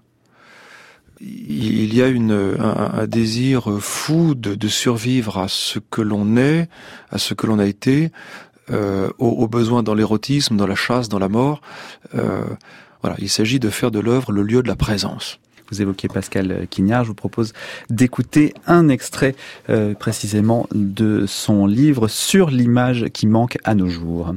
Il y a un désir fou de survivre à ce que l'on est, à ce que l'on a été, au besoin dans l'érotisme, dans la chasse, dans la mort. Voilà, il s'agit de faire de l'œuvre le lieu de la présence. Vous évoquiez Pascal Quignard, je vous propose d'écouter un extrait précisément de son livre sur l'image qui manque à nos jours.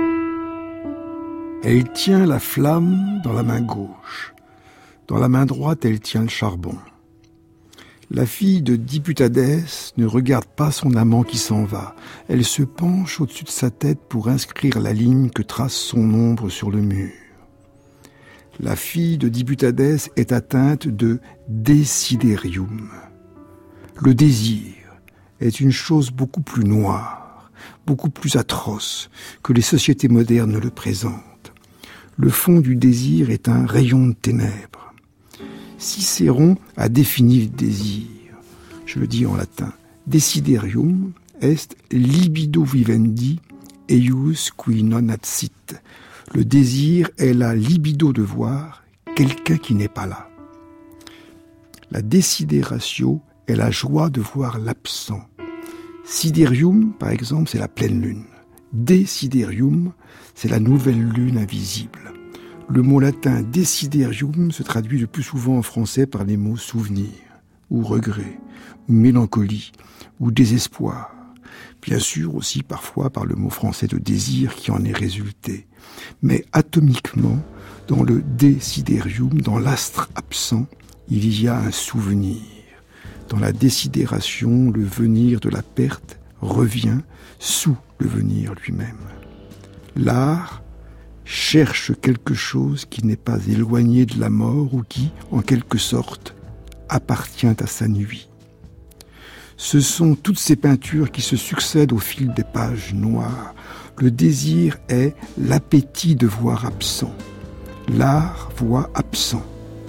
Elle tient la flamme dans la main gauche. Dans la main droite, elle tient le charbon. La fille de Diputadès ne regarde pas son amant qui s'en va. Elle se penche au-dessus de sa tête pour inscrire la ligne que trace son ombre sur le mur. La fille de Diputadès est atteinte de désidérium. Le désir est une chose beaucoup plus noire, beaucoup plus atroce que les sociétés modernes ne le présentent. Le fond du désir est un rayon de ténèbres. Cicéron a défini le désir. Je le dis en latin. Desiderium est libido vivendi eius qui non absit. Le désir est la libido de voir quelqu'un qui n'est pas là. La desideratio est la joie de voir l'absent. Siderium, par exemple, c'est la pleine lune. Desiderium, c'est la nouvelle lune invisible. Le mot latin desiderium se traduit le plus souvent en français par les mots souvenir, ou regret, ou mélancolie, ou désespoir. Bien sûr aussi parfois par le mot français de désir qui en est résulté. Mais atomiquement, dans le desiderium, dans l'astre absent, il y a un souvenir. Dans la désidération, le venir de la perte revient sous le venir lui-même. L'art cherche quelque chose qui n'est pas éloigné de la mort ou qui, en quelque sorte, appartient à sa nuit. Ce sont toutes ces peintures qui se succèdent au fil des pages noires. Le désir est l'appétit de voir absent. L'art voit absent.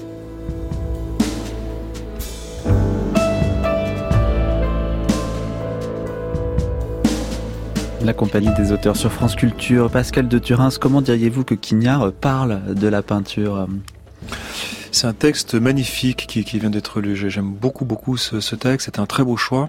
La compagnie des auteurs sur France Culture. Pascal de Thurins, comment diriez-vous que Quignard parle de la peinture ? C'est un texte magnifique qui vient d'être lu. J'aime beaucoup ce texte. C'est un très beau choix.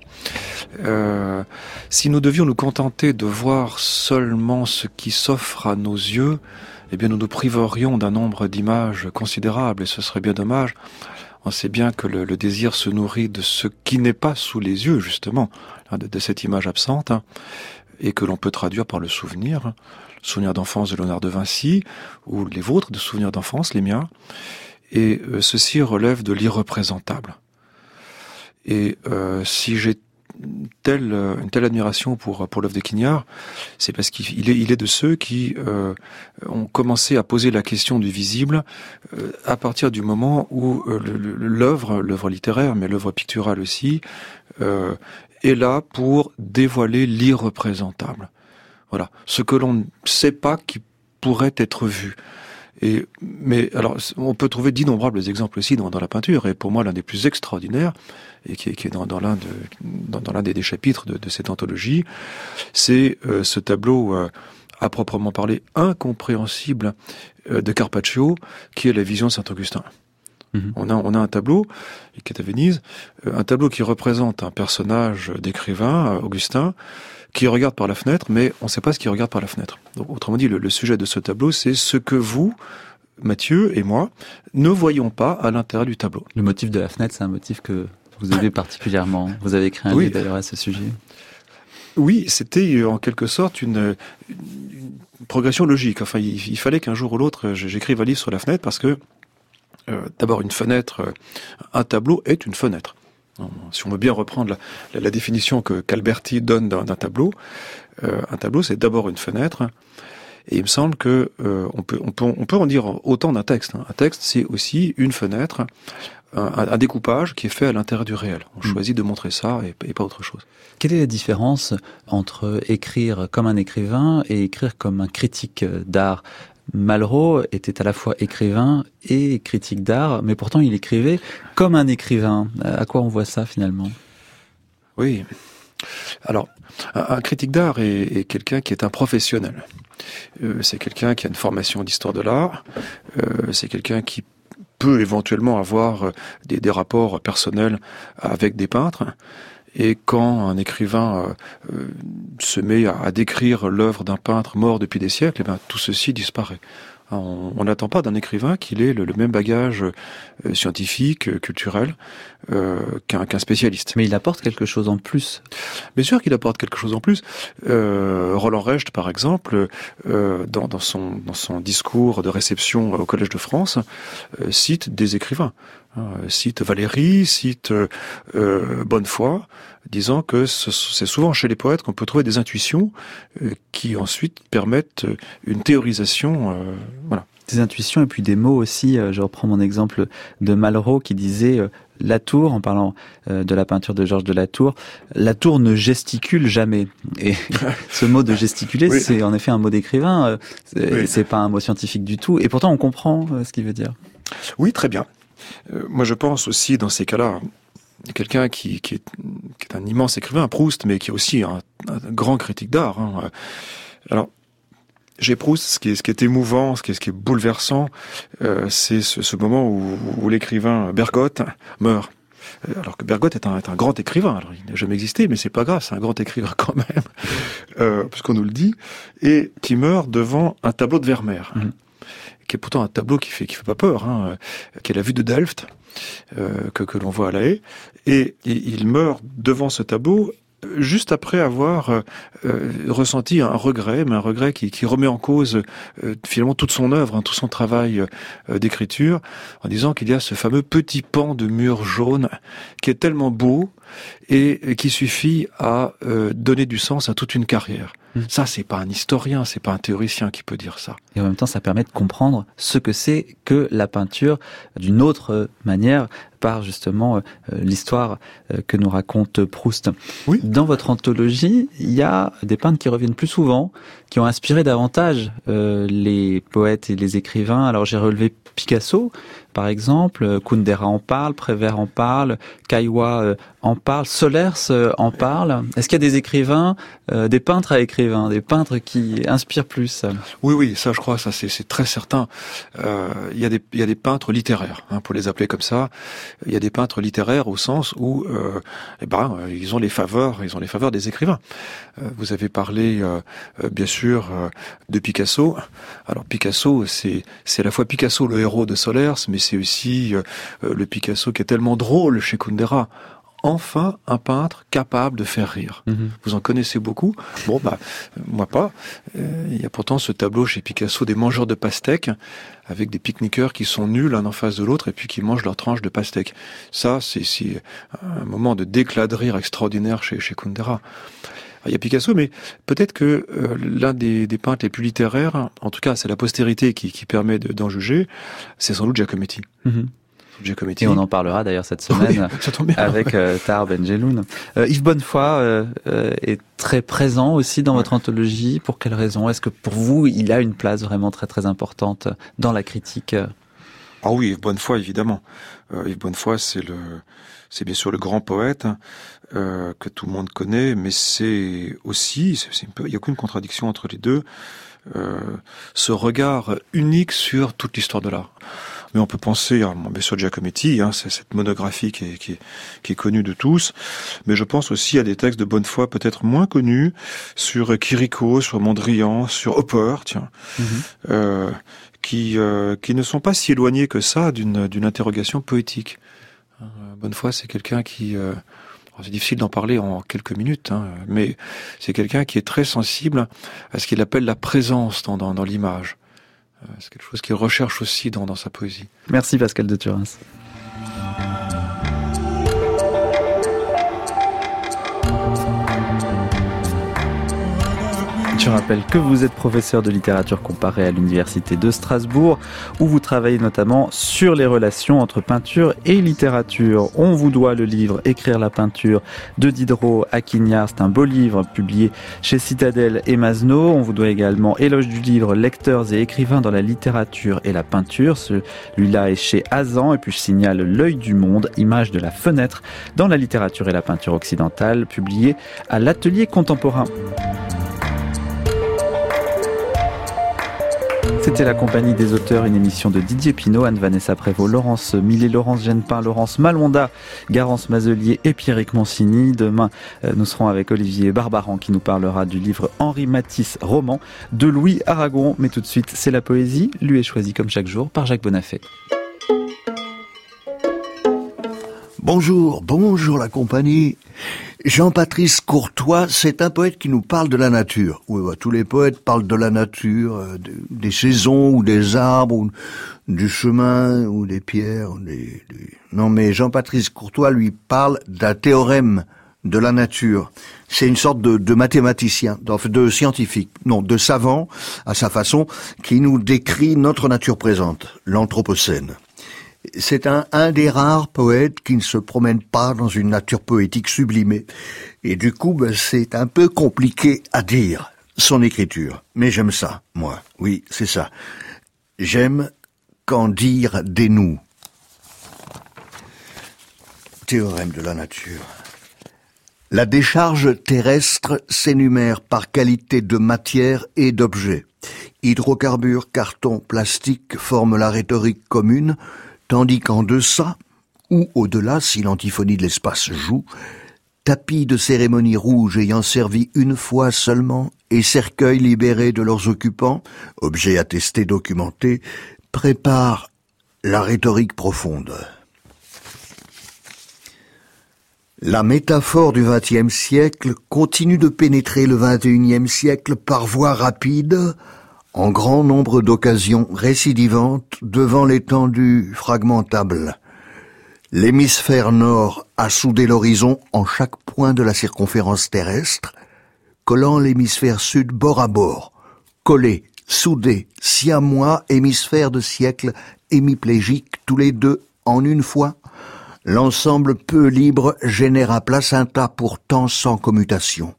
Si nous devions nous contenter de voir seulement ce qui s'offre à nos yeux, eh bien nous nous priverions d'un nombre d'images considérables et ce serait bien dommage. On sait bien que le désir se nourrit de ce qui n'est pas sous les yeux, justement, de cette image absente, et que l'on peut traduire par le souvenir d'enfance de Léonard de Vinci, ou les vôtres de souvenirs d'enfance, les miens. Et ceci relève de l'irreprésentable. Et si j'ai une telle admiration pour l'œuvre de Quignard, c'est parce qu'il est de ceux qui ont commencé à poser la question du visible à partir du moment où l'œuvre littéraire, mais l'œuvre picturale aussi, est là pour dévoiler l'irreprésentable. Voilà, ce que l'on ne sait pas qui pourrait être vu. Mais alors, on peut trouver d'innombrables exemples aussi dans la peinture, et pour moi l'un des plus extraordinaires, et qui est dans l'un des chapitres de cette anthologie, c'est ce tableau à proprement parler incompréhensible de Carpaccio, qui est la Vision de Saint-Augustin. On a un tableau qui est à Venise, un tableau qui représente un personnage d'écrivain, Augustin, qui regarde par la fenêtre, mais on ne sait pas ce qu'il regarde par la fenêtre. Donc, autrement dit, le sujet de ce tableau, c'est ce que vous, Mathieu et moi, ne voyons pas à l'intérieur du tableau. Le motif de la fenêtre, c'est un motif que vous aimez particulièrement. Vous avez écrit un livre d'ailleurs à ce sujet. Oui, c'était en quelque sorte une progression logique. Enfin, il fallait qu'un jour ou l'autre, j'écrive un livre sur la fenêtre parce que, d'abord, une fenêtre, un tableau est une fenêtre. Si on veut bien reprendre la définition qu'Alberti donne d'un tableau, un tableau c'est d'abord une fenêtre, et il me semble que on peut en dire autant d'un texte. Un texte c'est aussi une fenêtre, un découpage qui est fait à l'intérieur du réel. On choisit de montrer ça et pas autre chose. Quelle est la différence entre écrire comme un écrivain et écrire comme un critique d'art ? Malraux était à la fois écrivain et critique d'art, mais pourtant il écrivait comme un écrivain. À quoi on voit ça finalement ? Oui. Alors, un critique d'art est quelqu'un qui est un professionnel. C'est quelqu'un qui a une formation d'histoire de l'art. C'est quelqu'un qui peut éventuellement avoir des rapports personnels avec des peintres. Et quand un écrivain se met à décrire l'œuvre d'un peintre mort depuis des siècles, tout ceci disparaît. On n'attend pas d'un écrivain qu'il ait le même bagage scientifique, culturel qu'un spécialiste. Mais il apporte quelque chose en plus. Bien sûr qu'il apporte quelque chose en plus. Roland Recht, par exemple, dans son discours de réception au Collège de France, cite des écrivains. Cite Valéry, cite Bonnefoy, disant que c'est souvent chez les poètes qu'on peut trouver des intuitions qui ensuite permettent une théorisation. Voilà. Des intuitions et puis des mots aussi. Je reprends mon exemple de Malraux qui disait Latour, en parlant de la peinture de Georges de Latour, Latour ne gesticule jamais. Et ce mot de gesticuler, oui, c'est en effet un mot d'écrivain. C'est pas un mot scientifique du tout. Et pourtant, on comprend ce qu'il veut dire. Oui, très bien. Moi, je pense aussi, dans ces cas-là, quelqu'un qui est un immense écrivain, Proust, mais qui est aussi un grand critique d'art. Alors, chez Proust, ce qui est émouvant, ce qui est bouleversant, c'est ce moment où l'écrivain Bergotte meurt. Alors que Bergotte est un grand écrivain. Alors, il n'a jamais existé, mais c'est pas grave, c'est un grand écrivain quand même, puisqu'on nous le dit, et qui meurt devant un tableau de Vermeer. Qui est pourtant un tableau qui fait pas peur, qui est la vue de Delft, que l'on voit à La Haye, et il meurt devant ce tableau juste après avoir ressenti un regret, mais un regret qui remet en cause finalement toute son œuvre, tout son travail d'écriture, en disant qu'il y a ce fameux petit pan de mur jaune qui est tellement beau et qui suffit à donner du sens à toute une carrière. Ça, c'est pas un historien, c'est pas un théoricien qui peut dire ça. Et en même temps, ça permet de comprendre ce que c'est que la peinture d'une autre manière, par justement l'histoire que nous raconte Proust. Oui. Dans votre anthologie, il y a des peintres qui reviennent plus souvent, qui ont inspiré davantage les poètes et les écrivains. Alors j'ai relevé Picasso, par exemple, Kundera en parle, Prévert en parle, Caillois en parle, Solers en parle. Est-ce qu'il y a des écrivains, des peintres à écrivains, des peintres qui inspirent plus ? Oui, ça je crois, ça c'est très certain. Il y a des peintres littéraires, pour les appeler comme ça. Il y a des peintres littéraires au sens où ils ont les faveurs des écrivains. Vous avez parlé bien sûr de Picasso. Alors Picasso, c'est à la fois Picasso le héros de Solers, mais c'est aussi le Picasso qui est tellement drôle chez Kundera. Enfin, un peintre capable de faire rire. Vous en connaissez beaucoup. Bon, moi pas. Il y a pourtant ce tableau chez Picasso des mangeurs de pastèques, avec des pique-niqueurs qui sont nus l'un en face de l'autre et puis qui mangent leur tranche de pastèque. Ça, c'est un moment de d'éclat de rire extraordinaire chez Kundera. Il y a Picasso, mais peut-être que l'un des peintres les plus littéraires, en tout cas c'est la postérité qui permet d'en juger, c'est sans doute Giacometti. Giacometti. Et on en parlera d'ailleurs cette semaine avec Tahar Benjeloun. Yves Bonnefoy est très présent aussi dans votre anthologie. Pour quelle raison ? Est-ce que pour vous, il a une place vraiment très très importante dans la critique ? Ah oui, Yves Bonnefoy, évidemment. Yves Bonnefoy, c'est bien sûr le grand poète que tout le monde connaît, mais c'est aussi, il n'y a aucune contradiction entre les deux, ce regard unique sur toute l'histoire de l'art. Mais on peut penser à bien sûr Giacometti, c'est cette monographie qui est connue de tous. Mais je pense aussi à des textes de Bonnefoy peut-être moins connus sur Chirico, sur Mondrian, sur Hopper, qui ne sont pas si éloignés que ça d'une interrogation poétique. Bonnefoy, c'est quelqu'un qui c'est difficile d'en parler en quelques minutes, mais c'est quelqu'un qui est très sensible à ce qu'il appelle la présence dans l'image. C'est quelque chose qu'il recherche aussi dans sa poésie. Merci Pascal de Thurens. Je rappelle que vous êtes professeur de littérature comparée à l'Université de Strasbourg, où vous travaillez notamment sur les relations entre peinture et littérature. On vous doit le livre « Écrire la peinture » de Diderot à Quignard. C'est un beau livre publié chez Citadel et Masneau. On vous doit également Éloge du livre « Lecteurs et écrivains dans la littérature et la peinture ». Celui-là est chez Azan. Et puis je signale L'œil du monde, image de la fenêtre dans la littérature et la peinture occidentale, publié à l'Atelier contemporain. C'était La Compagnie des auteurs, une émission de Didier Pinault, Anne-Vanessa Prévost, Laurence Millet, Laurence Genepin, Laurence Malonda, Garance Mazelier et Pierrick Monsigny. Demain, nous serons avec Olivier Barbaran qui nous parlera du livre Henri Matisse, roman de Louis Aragon. Mais tout de suite, c'est la poésie, lui est choisie comme chaque jour par Jacques Bonafé. Bonjour la compagnie. Jean-Patrice Courtois, c'est un poète qui nous parle de la nature. Oui, tous les poètes parlent de la nature, des saisons ou des arbres, ou du chemin ou des pierres. Non, mais Jean-Patrice Courtois lui parle d'un théorème de la nature. C'est une sorte de mathématicien, de scientifique, non, de savant à sa façon, qui nous décrit notre nature présente, l'anthropocène. C'est un des rares poètes qui ne se promène pas dans une nature poétique sublimée. Et du coup, c'est un peu compliqué à dire, son écriture. Mais j'aime ça, moi. Oui, c'est ça. J'aime qu'en dire dénoue. Théorème de la nature. La décharge terrestre s'énumère par qualité de matière et d'objet. Hydrocarbures, carton, plastique forment la rhétorique commune, tandis qu'en deçà, ou au-delà, si l'antiphonie de l'espace joue, tapis de cérémonie rouge ayant servi une fois seulement, et cercueils libérés de leurs occupants, objets attestés documentés, préparent la rhétorique profonde. La métaphore du XXe siècle continue de pénétrer le XXIe siècle par voie rapide, en grand nombre d'occasions récidivantes devant l'étendue fragmentable. L'hémisphère nord a soudé l'horizon en chaque point de la circonférence terrestre, collant l'hémisphère sud bord à bord, collé, soudé, siamois, hémisphère de siècle hémiplégique, tous les deux en une fois. L'ensemble peu libre généra placenta pourtant sans commutation.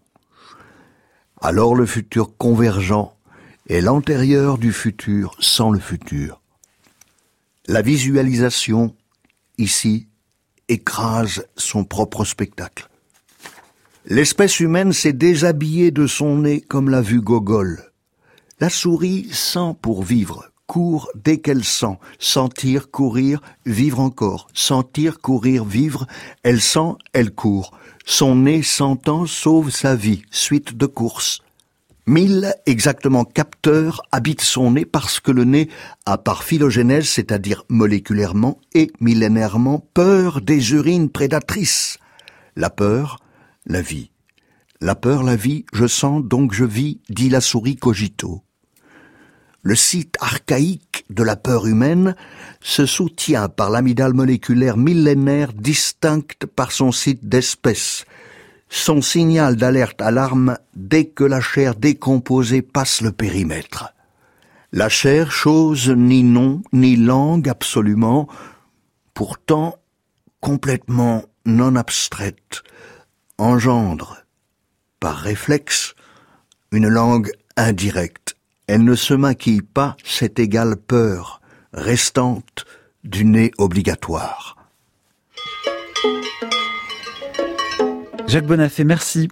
Alors le futur convergent est l'antérieur du futur sans le futur. La visualisation, ici, écrase son propre spectacle. L'espèce humaine s'est déshabillée de son nez comme l'a vu Gogol. La souris sent pour vivre, court dès qu'elle sent, sentir, courir, vivre encore, sentir, courir, vivre, elle sent, elle court. Son nez sentant sauve sa vie, suite de courses. 1000 exactement capteurs habitent son nez parce que le nez a par phylogénèse, c'est-à-dire moléculairement et millénairement, peur des urines prédatrices. La peur, la vie. La peur, la vie, je sens donc je vis, dit la souris cogito. Le site archaïque de la peur humaine se soutient par l'amygdale moléculaire millénaire distincte par son site d'espèce. Son signal d'alerte alarme dès que la chair décomposée passe le périmètre. La chair, chose ni nom, ni langue absolument, pourtant complètement non abstraite, engendre, par réflexe, une langue indirecte. Elle ne se maquille pas cette égale peur, restante du nez obligatoire. Jacques Bonafé, merci.